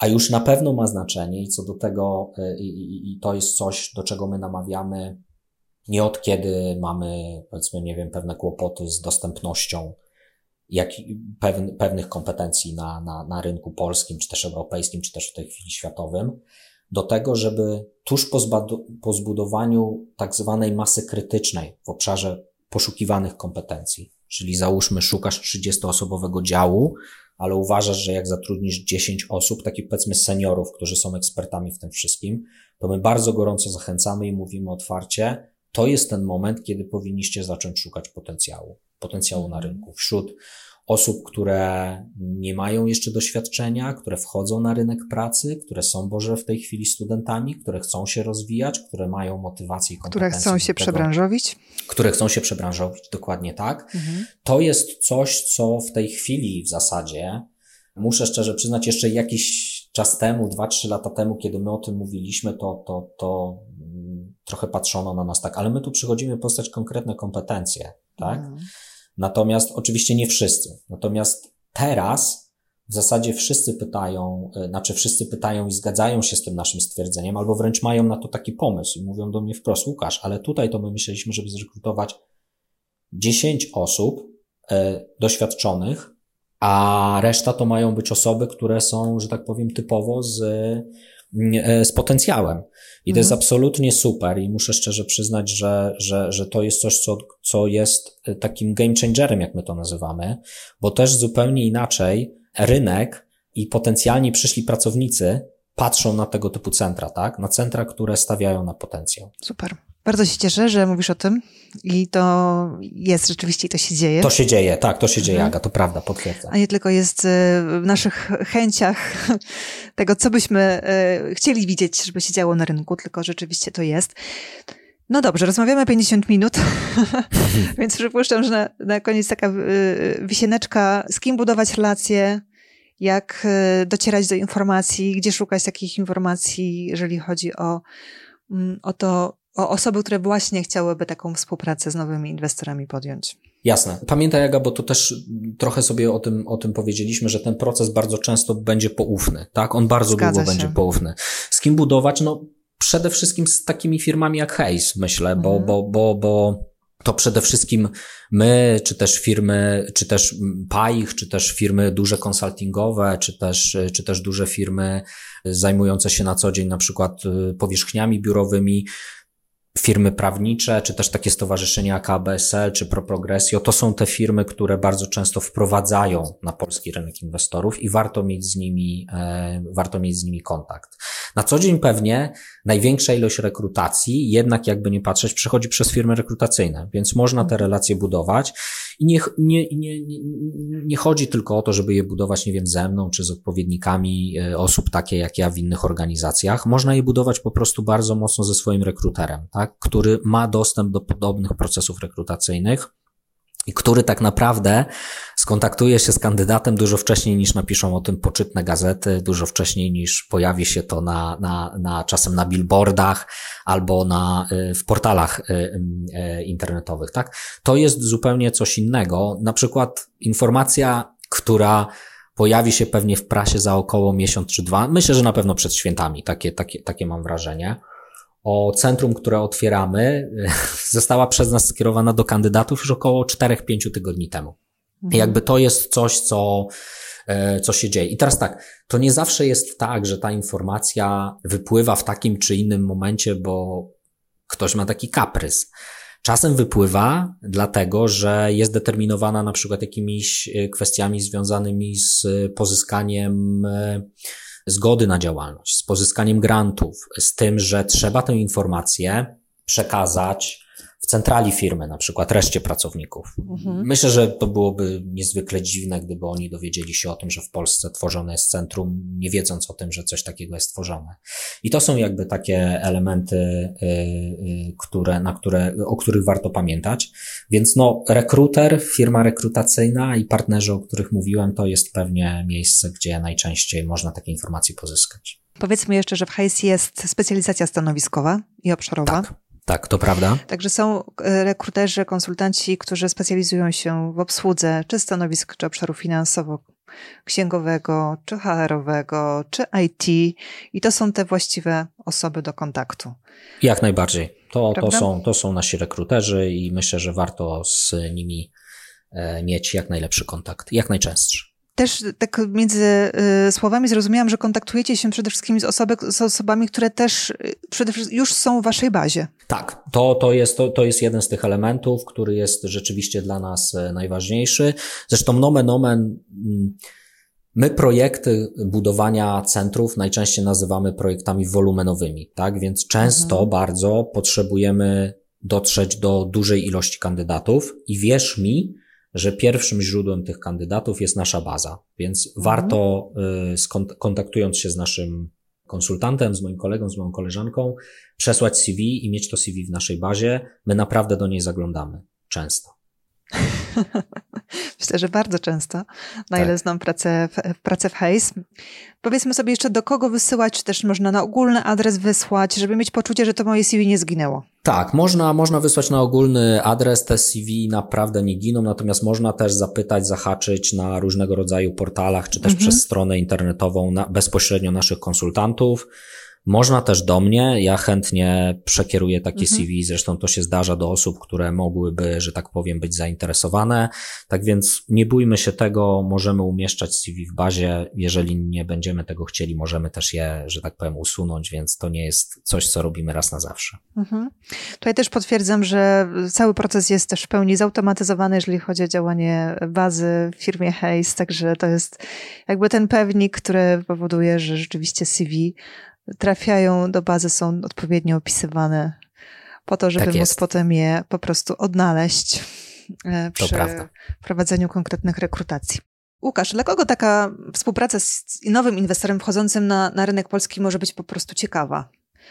A już na pewno ma znaczenie i co do tego, i, i, i to jest coś, do czego my namawiamy nie od kiedy mamy, powiedzmy, nie wiem, pewne kłopoty z dostępnością jak pewn, pewnych kompetencji na, na, na rynku polskim, czy też europejskim, czy też w tej chwili światowym, do tego, żeby tuż po, zbadu, po zbudowaniu tak zwanej masy krytycznej w obszarze poszukiwanych kompetencji, czyli załóżmy szukasz trzydziestoosobowego działu, ale uważasz, że jak zatrudnisz dziesięć osób, takich powiedzmy seniorów, którzy są ekspertami w tym wszystkim, to my bardzo gorąco zachęcamy i mówimy otwarcie, to jest ten moment, kiedy powinniście zacząć szukać potencjału, potencjału na rynku. Wśród osób, które nie mają jeszcze doświadczenia, które wchodzą na rynek pracy, które są może w tej chwili studentami, które chcą się rozwijać, które mają motywację i kompetencje. Które chcą się tego, przebranżowić. Które chcą się przebranżowić, dokładnie tak. Mhm. To jest coś, co w tej chwili w zasadzie, muszę szczerze przyznać, jeszcze jakiś czas temu, dwa, trzy lata temu, kiedy my o tym mówiliśmy, to, to, to trochę patrzono na nas tak, ale my tu przychodzimy postać konkretne kompetencje, tak? Mhm. Natomiast oczywiście nie wszyscy. Natomiast teraz w zasadzie wszyscy pytają, znaczy wszyscy pytają i zgadzają się z tym naszym stwierdzeniem, albo wręcz mają na to taki pomysł i mówią do mnie wprost, Łukasz, ale tutaj to my myśleliśmy, żeby zrekrutować dziesięć osób e, doświadczonych, a reszta to mają być osoby, które są, że tak powiem, typowo z, e, z potencjałem. I mhm. to jest absolutnie super i muszę szczerze przyznać, że, że, że to jest coś, co, co jest takim game changerem, jak my to nazywamy, bo też zupełnie inaczej rynek i potencjalni przyszli pracownicy patrzą na tego typu centra, tak? Na centra, które stawiają na potencjał. Super. Bardzo się cieszę, że mówisz o tym i to jest rzeczywiście, to się dzieje. To się dzieje, tak, to się dzieje, mhm. Aga, to prawda, potwierdzam. A nie tylko jest w naszych chęciach tego, co byśmy chcieli widzieć, żeby się działo na rynku, tylko rzeczywiście to jest. No dobrze, rozmawiamy pięćdziesiąt minut, więc przypuszczam, że na, na koniec taka wisieneczka, z kim budować relacje, jak docierać do informacji, gdzie szukać takich informacji, jeżeli chodzi o, o to, o osoby, które właśnie chciałyby taką współpracę z nowymi inwestorami podjąć. Jasne. Pamiętaj, Aga, bo tu też trochę sobie o tym, o tym powiedzieliśmy, że ten proces bardzo często będzie poufny, tak? On bardzo Zgadza długo się. będzie poufny. Z kim budować? No, przede wszystkim z takimi firmami jak Hays, myślę, bo, mhm. bo, bo, bo to przede wszystkim my, czy też firmy, czy też Paich, czy też firmy duże konsultingowe, czy też, czy też duże firmy zajmujące się na co dzień na przykład powierzchniami biurowymi, firmy prawnicze, czy też takie stowarzyszenia jak A B S L, czy ProProgressio, to są te firmy, które bardzo często wprowadzają na polski rynek inwestorów i warto mieć z nimi, e, warto mieć z nimi kontakt. Na co dzień pewnie największa ilość rekrutacji, jednak jakby nie patrzeć, przechodzi przez firmy rekrutacyjne, więc można te relacje budować i nie, nie, nie, nie, nie chodzi tylko o to, żeby je budować, nie wiem, ze mną, czy z odpowiednikami osób takie jak ja w innych organizacjach. Można je budować po prostu bardzo mocno ze swoim rekruterem, tak, który ma dostęp do podobnych procesów rekrutacyjnych i który tak naprawdę skontaktuje się z kandydatem dużo wcześniej niż napiszą o tym poczytne gazety, dużo wcześniej niż pojawi się to na, na, na czasem na billboardach albo na, w portalach internetowych, tak? To jest zupełnie coś innego. Na przykład informacja, która pojawi się pewnie w prasie za około miesiąc czy dwa, myślę, że na pewno przed świętami, takie, takie, takie mam wrażenie. O centrum, które otwieramy, została przez nas skierowana do kandydatów już około czterech pięciu tygodni temu. Mhm. Jakby to jest coś, co, co się dzieje. I teraz tak, to nie zawsze jest tak, że ta informacja wypływa w takim czy innym momencie, bo ktoś ma taki kaprys. Czasem wypływa dlatego, że jest determinowana na przykład jakimiś kwestiami związanymi z pozyskaniem zgody na działalność, z pozyskaniem grantów, z tym, że trzeba tę informację przekazać w centrali firmy, na przykład reszcie pracowników. Mhm. Myślę, że to byłoby niezwykle dziwne, gdyby oni dowiedzieli się o tym, że w Polsce tworzone jest centrum, nie wiedząc o tym, że coś takiego jest tworzone. I to są jakby takie elementy, yy, yy, które, na które, o których warto pamiętać. Więc no, rekruter, firma rekrutacyjna i partnerzy, o których mówiłem, to jest pewnie miejsce, gdzie najczęściej można takie informacje pozyskać. Powiedzmy jeszcze, że w Hays jest specjalizacja stanowiskowa i obszarowa. Tak. Tak, to prawda. Także są rekruterzy, konsultanci, którzy specjalizują się w obsłudze czy stanowisk, czy obszarów finansowo, księgowego, czy H R-owego, czy I T i to są te właściwe osoby do kontaktu. Jak najbardziej. To, to, są, to są nasi rekruterzy i myślę, że warto z nimi mieć jak najlepszy kontakt, jak najczęstszy. Też tak między y, słowami zrozumiałam, że kontaktujecie się przede wszystkim z, osoby, z osobami, które też y, przede wszystkim już są w waszej bazie. Tak, to, to, jest, to, to jest jeden z tych elementów, który jest rzeczywiście dla nas najważniejszy. Zresztą nomen omen, my projekty budowania centrów najczęściej nazywamy projektami wolumenowymi, tak? Więc często mhm. bardzo potrzebujemy dotrzeć do dużej ilości kandydatów i wierz mi, że pierwszym źródłem tych kandydatów jest nasza baza, więc mhm. warto y, skont- kontaktując się z naszym konsultantem, z moim kolegą, z moją koleżanką, przesłać C V i mieć to C V w naszej bazie. My naprawdę do niej zaglądamy. Często. Myślę, że bardzo często, na ile tak. znam pracę w, pracę w Hays. Powiedzmy sobie jeszcze, do kogo wysyłać, czy też można na ogólny adres wysłać, żeby mieć poczucie, że to moje C V nie zginęło. Tak, można, można wysłać na ogólny adres, te C V naprawdę nie giną, natomiast można też zapytać, zahaczyć na różnego rodzaju portalach, czy też mhm. przez stronę internetową na, bezpośrednio naszych konsultantów. Można też do mnie, ja chętnie przekieruję takie mhm. C V, zresztą to się zdarza do osób, które mogłyby, że tak powiem, być zainteresowane. Tak więc nie bójmy się tego, możemy umieszczać C V w bazie, jeżeli nie będziemy tego chcieli, możemy też je, że tak powiem, usunąć, więc to nie jest coś, co robimy raz na zawsze. Mhm. Tutaj też potwierdzam, że cały proces jest też w pełni zautomatyzowany, jeżeli chodzi o działanie bazy w firmie Hays, także to jest jakby ten pewnik, który powoduje, że rzeczywiście C V trafiają do bazy, są odpowiednio opisywane po to, żeby tak móc potem je po prostu odnaleźć przy prowadzeniu konkretnych rekrutacji. Łukasz, dla kogo taka współpraca z nowym inwestorem wchodzącym na, na rynek polski może być po prostu ciekawa?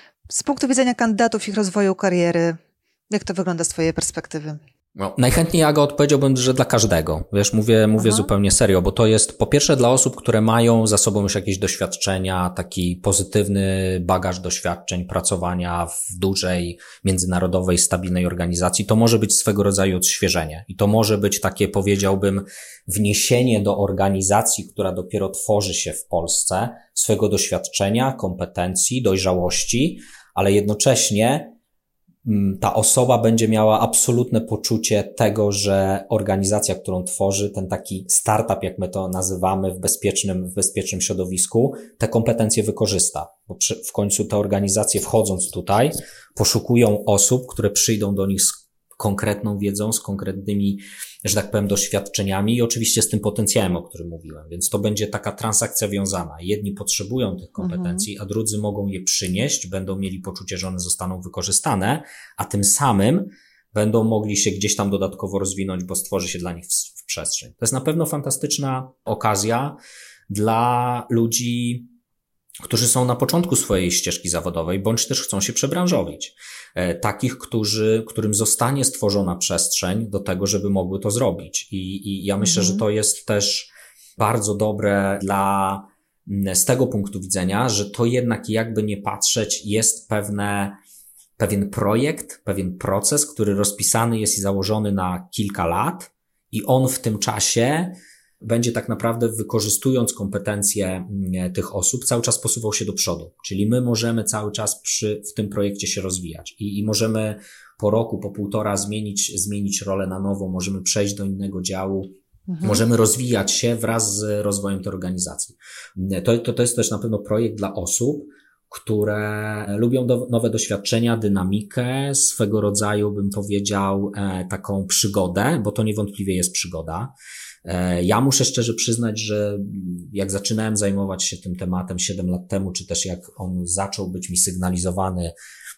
Z punktu widzenia kandydatów, ich rozwoju kariery, jak to wygląda z twojej perspektywy? No, najchętniej ja go odpowiedziałbym, że dla każdego. Wiesz, mówię, mówię zupełnie serio, bo to jest po pierwsze dla osób, które mają za sobą już jakieś doświadczenia, taki pozytywny bagaż doświadczeń, pracowania w dużej, międzynarodowej, stabilnej organizacji. To może być swego rodzaju odświeżenie i to może być takie, powiedziałbym, wniesienie do organizacji, która dopiero tworzy się w Polsce, swego doświadczenia, kompetencji, dojrzałości, ale jednocześnie ta osoba będzie miała absolutne poczucie tego, że organizacja, którą tworzy, ten taki startup, jak my to nazywamy, w bezpiecznym, w bezpiecznym środowisku, te kompetencje wykorzysta. Bo przy, w końcu te organizacje, wchodząc tutaj, poszukują osób, które przyjdą do nich z konkretną wiedzą, z konkretnymi, że tak powiem, doświadczeniami i oczywiście z tym potencjałem, o którym mówiłem. Więc to będzie taka transakcja wiązana. Jedni potrzebują tych kompetencji, mhm. a drudzy mogą je przynieść, będą mieli poczucie, że one zostaną wykorzystane, a tym samym będą mogli się gdzieś tam dodatkowo rozwinąć, bo stworzy się dla nich w, w przestrzeń. To jest na pewno fantastyczna okazja dla ludzi, którzy są na początku swojej ścieżki zawodowej, bądź też chcą się przebranżowić. Takich, którzy, którym zostanie stworzona przestrzeń do tego, żeby mogły to zrobić. I, i ja myślę, mhm. że to jest też bardzo dobre dla, z tego punktu widzenia, że to jednak jakby nie patrzeć, jest pewne, pewien projekt, pewien proces, który rozpisany jest i założony na kilka lat i on w tym czasie będzie tak naprawdę, wykorzystując kompetencje tych osób, cały czas posuwał się do przodu. Czyli my możemy cały czas przy, w tym projekcie się rozwijać i, i możemy po roku, po półtora zmienić, zmienić rolę na nowo, możemy przejść do innego działu, mhm. możemy rozwijać się wraz z rozwojem tej organizacji. To, to, to jest też na pewno projekt dla osób, które lubią do, nowe doświadczenia, dynamikę, swego rodzaju, bym powiedział, e, taką przygodę, bo to niewątpliwie jest przygoda. Ja muszę szczerze przyznać, że jak zaczynałem zajmować się tym tematem siedem lat temu, czy też jak on zaczął być mi sygnalizowany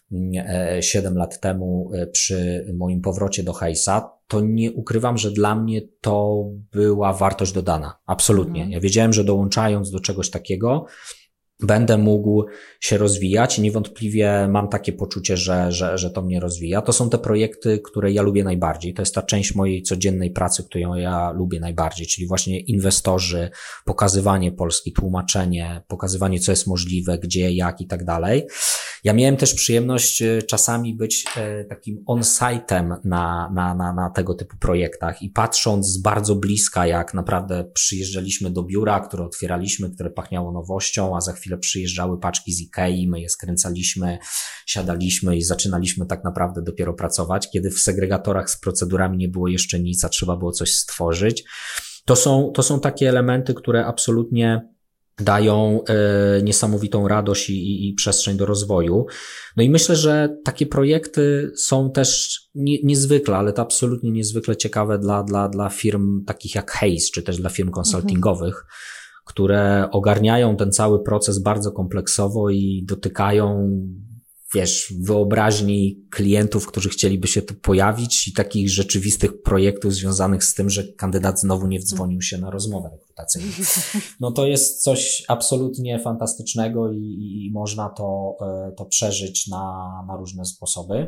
siedem lat temu przy moim powrocie do Haysa, to nie ukrywam, że dla mnie to była wartość dodana. Absolutnie. Mhm. Ja wiedziałem, że dołączając do czegoś takiego, będę mógł się rozwijać i niewątpliwie mam takie poczucie, że, że, że to mnie rozwija. To są te projekty, które ja lubię najbardziej. To jest ta część mojej codziennej pracy, którą ja lubię najbardziej, czyli właśnie inwestorzy, pokazywanie Polski, tłumaczenie, pokazywanie, co jest możliwe, gdzie, jak i tak dalej. Ja miałem też przyjemność czasami być takim on-site'em na, na, na, na tego typu projektach i patrząc z bardzo bliska, jak naprawdę przyjeżdżaliśmy do biura, które otwieraliśmy, które pachniało nowością, a za chwilę przyjeżdżały paczki z Ikei, my je skręcaliśmy, siadaliśmy i zaczynaliśmy tak naprawdę dopiero pracować, kiedy w segregatorach z procedurami nie było jeszcze nic, a trzeba było coś stworzyć. To są, to są takie elementy, które absolutnie dają e, niesamowitą radość i, i, i przestrzeń do rozwoju. No i myślę, że takie projekty są też nie, niezwykle, ale to absolutnie niezwykle ciekawe dla, dla, dla firm takich jak Hays, czy też dla firm konsultingowych, mhm. które ogarniają ten cały proces bardzo kompleksowo i dotykają, wiesz, wyobraźni klientów, którzy chcieliby się tu pojawić i takich rzeczywistych projektów związanych z tym, że kandydat znowu nie wdzwonił się na rozmowę rekrutacyjną. No to jest coś absolutnie fantastycznego i, i można to, to przeżyć na, na różne sposoby.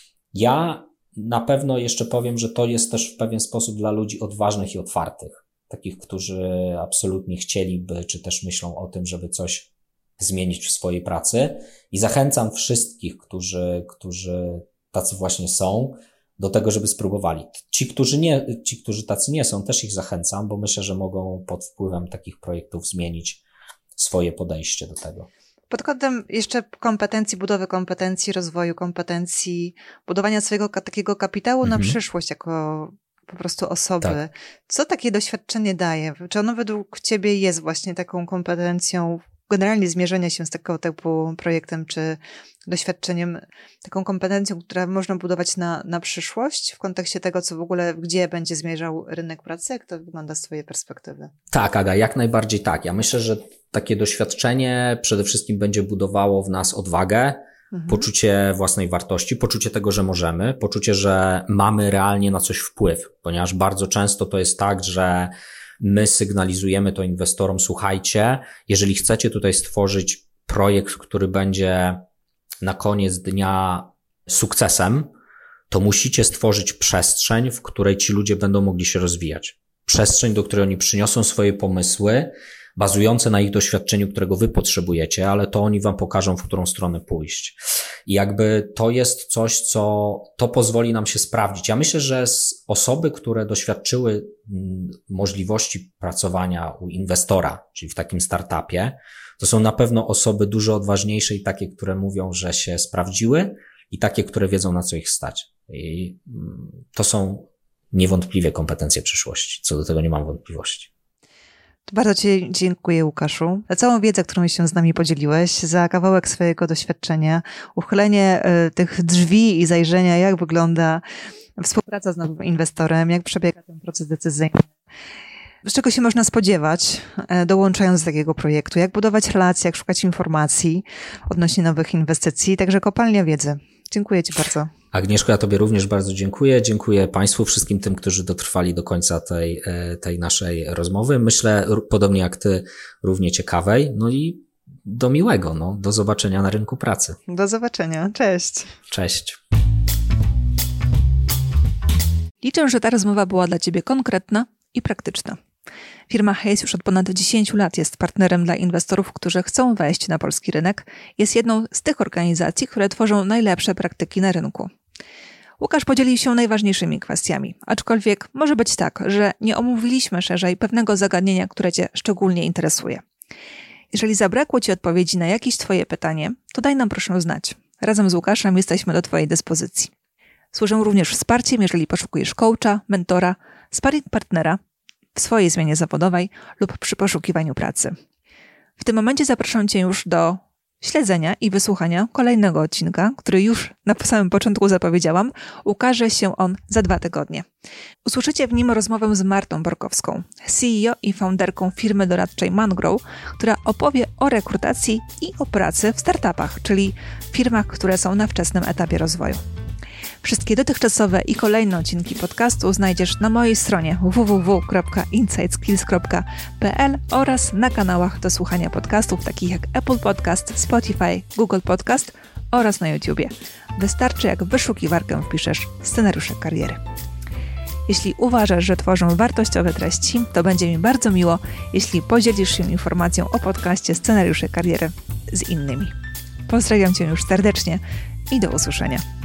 Ja na pewno jeszcze powiem, że to jest też w pewien sposób dla ludzi odważnych i otwartych. Takich, którzy absolutnie chcieliby, czy też myślą o tym, żeby coś zmienić w swojej pracy i zachęcam wszystkich, którzy, którzy tacy właśnie są, do tego, żeby spróbowali. Ci, którzy nie, ci, którzy tacy nie są, też ich zachęcam, bo myślę, że mogą pod wpływem takich projektów zmienić swoje podejście do tego. Pod kątem jeszcze kompetencji, budowy kompetencji, rozwoju kompetencji, budowania swojego takiego kapitału mhm. na przyszłość jako po prostu osoby. Tak. Co takie doświadczenie daje? Czy ono według ciebie jest właśnie taką kompetencją generalnie zmierzenia się z tego typu projektem czy doświadczeniem, taką kompetencją, która można budować na, na przyszłość w kontekście tego, co w ogóle, gdzie będzie zmierzał rynek pracy? Jak to wygląda z twojej perspektywy? Tak, Aga, jak najbardziej tak. Ja myślę, że takie doświadczenie przede wszystkim będzie budowało w nas odwagę, mhm. poczucie własnej wartości, poczucie tego, że możemy, poczucie, że mamy realnie na coś wpływ, ponieważ bardzo często to jest tak, że my sygnalizujemy to inwestorom, słuchajcie, jeżeli chcecie tutaj stworzyć projekt, który będzie na koniec dnia sukcesem, to musicie stworzyć przestrzeń, w której ci ludzie będą mogli się rozwijać. Przestrzeń, do której oni przyniosą swoje pomysły, bazujące na ich doświadczeniu, którego wy potrzebujecie, ale to oni wam pokażą, w którą stronę pójść. I jakby to jest coś, co to pozwoli nam się sprawdzić. Ja myślę, że osoby, które doświadczyły możliwości pracowania u inwestora, czyli w takim startupie, to są na pewno osoby dużo odważniejsze i takie, które mówią, że się sprawdziły i takie, które wiedzą, na co ich stać. I to są niewątpliwie kompetencje przyszłości. Co do tego nie mam wątpliwości. Bardzo ci dziękuję, Łukaszu, za całą wiedzę, którą się z nami podzieliłeś, za kawałek swojego doświadczenia, uchylenie y, tych drzwi i zajrzenia, jak wygląda współpraca z nowym inwestorem, jak przebiega ten proces decyzyjny, z czego się można spodziewać, y, dołączając do takiego projektu, jak budować relacje, jak szukać informacji odnośnie nowych inwestycji, także kopalnia wiedzy. Dziękuję ci bardzo. Agnieszko, ja tobie również bardzo dziękuję. Dziękuję państwu, wszystkim tym, którzy dotrwali do końca tej, tej naszej rozmowy. Myślę, podobnie jak ty, równie ciekawej. No i do miłego, no, do zobaczenia na rynku pracy. Do zobaczenia. Cześć. Cześć. Liczę, że ta rozmowa była dla ciebie konkretna i praktyczna. Firma Hays już od ponad dziesięciu lat jest partnerem dla inwestorów, którzy chcą wejść na polski rynek. Jest jedną z tych organizacji, które tworzą najlepsze praktyki na rynku. Łukasz podzielił się najważniejszymi kwestiami, aczkolwiek może być tak, że nie omówiliśmy szerzej pewnego zagadnienia, które cię szczególnie interesuje. Jeżeli zabrakło ci odpowiedzi na jakieś twoje pytanie, to daj nam proszę znać. Razem z Łukaszem jesteśmy do twojej dyspozycji. Służę również wsparciem, jeżeli poszukujesz coacha, mentora, sparring partnera w swojej zmianie zawodowej lub przy poszukiwaniu pracy. W tym momencie zapraszam cię już do śledzenia i wysłuchania kolejnego odcinka, który już na samym początku zapowiedziałam. Ukaże się on za dwa tygodnie. Usłyszycie w nim rozmowę z Martą Borkowską, C E O i founderką firmy doradczej Mangrow, która opowie o rekrutacji i o pracy w startupach, czyli firmach, które są na wczesnym etapie rozwoju. Wszystkie dotychczasowe i kolejne odcinki podcastu znajdziesz na mojej stronie w w w kropka insight skills kropka p l oraz na kanałach do słuchania podcastów takich jak Apple Podcast, Spotify, Google Podcast oraz na YouTubie. Wystarczy, jak w wyszukiwarkę wpiszesz scenariusze kariery. Jeśli uważasz, że tworzą wartościowe treści, to będzie mi bardzo miło, jeśli podzielisz się informacją o podcaście Scenariusze Kariery z innymi. Pozdrawiam Cię już serdecznie i do usłyszenia.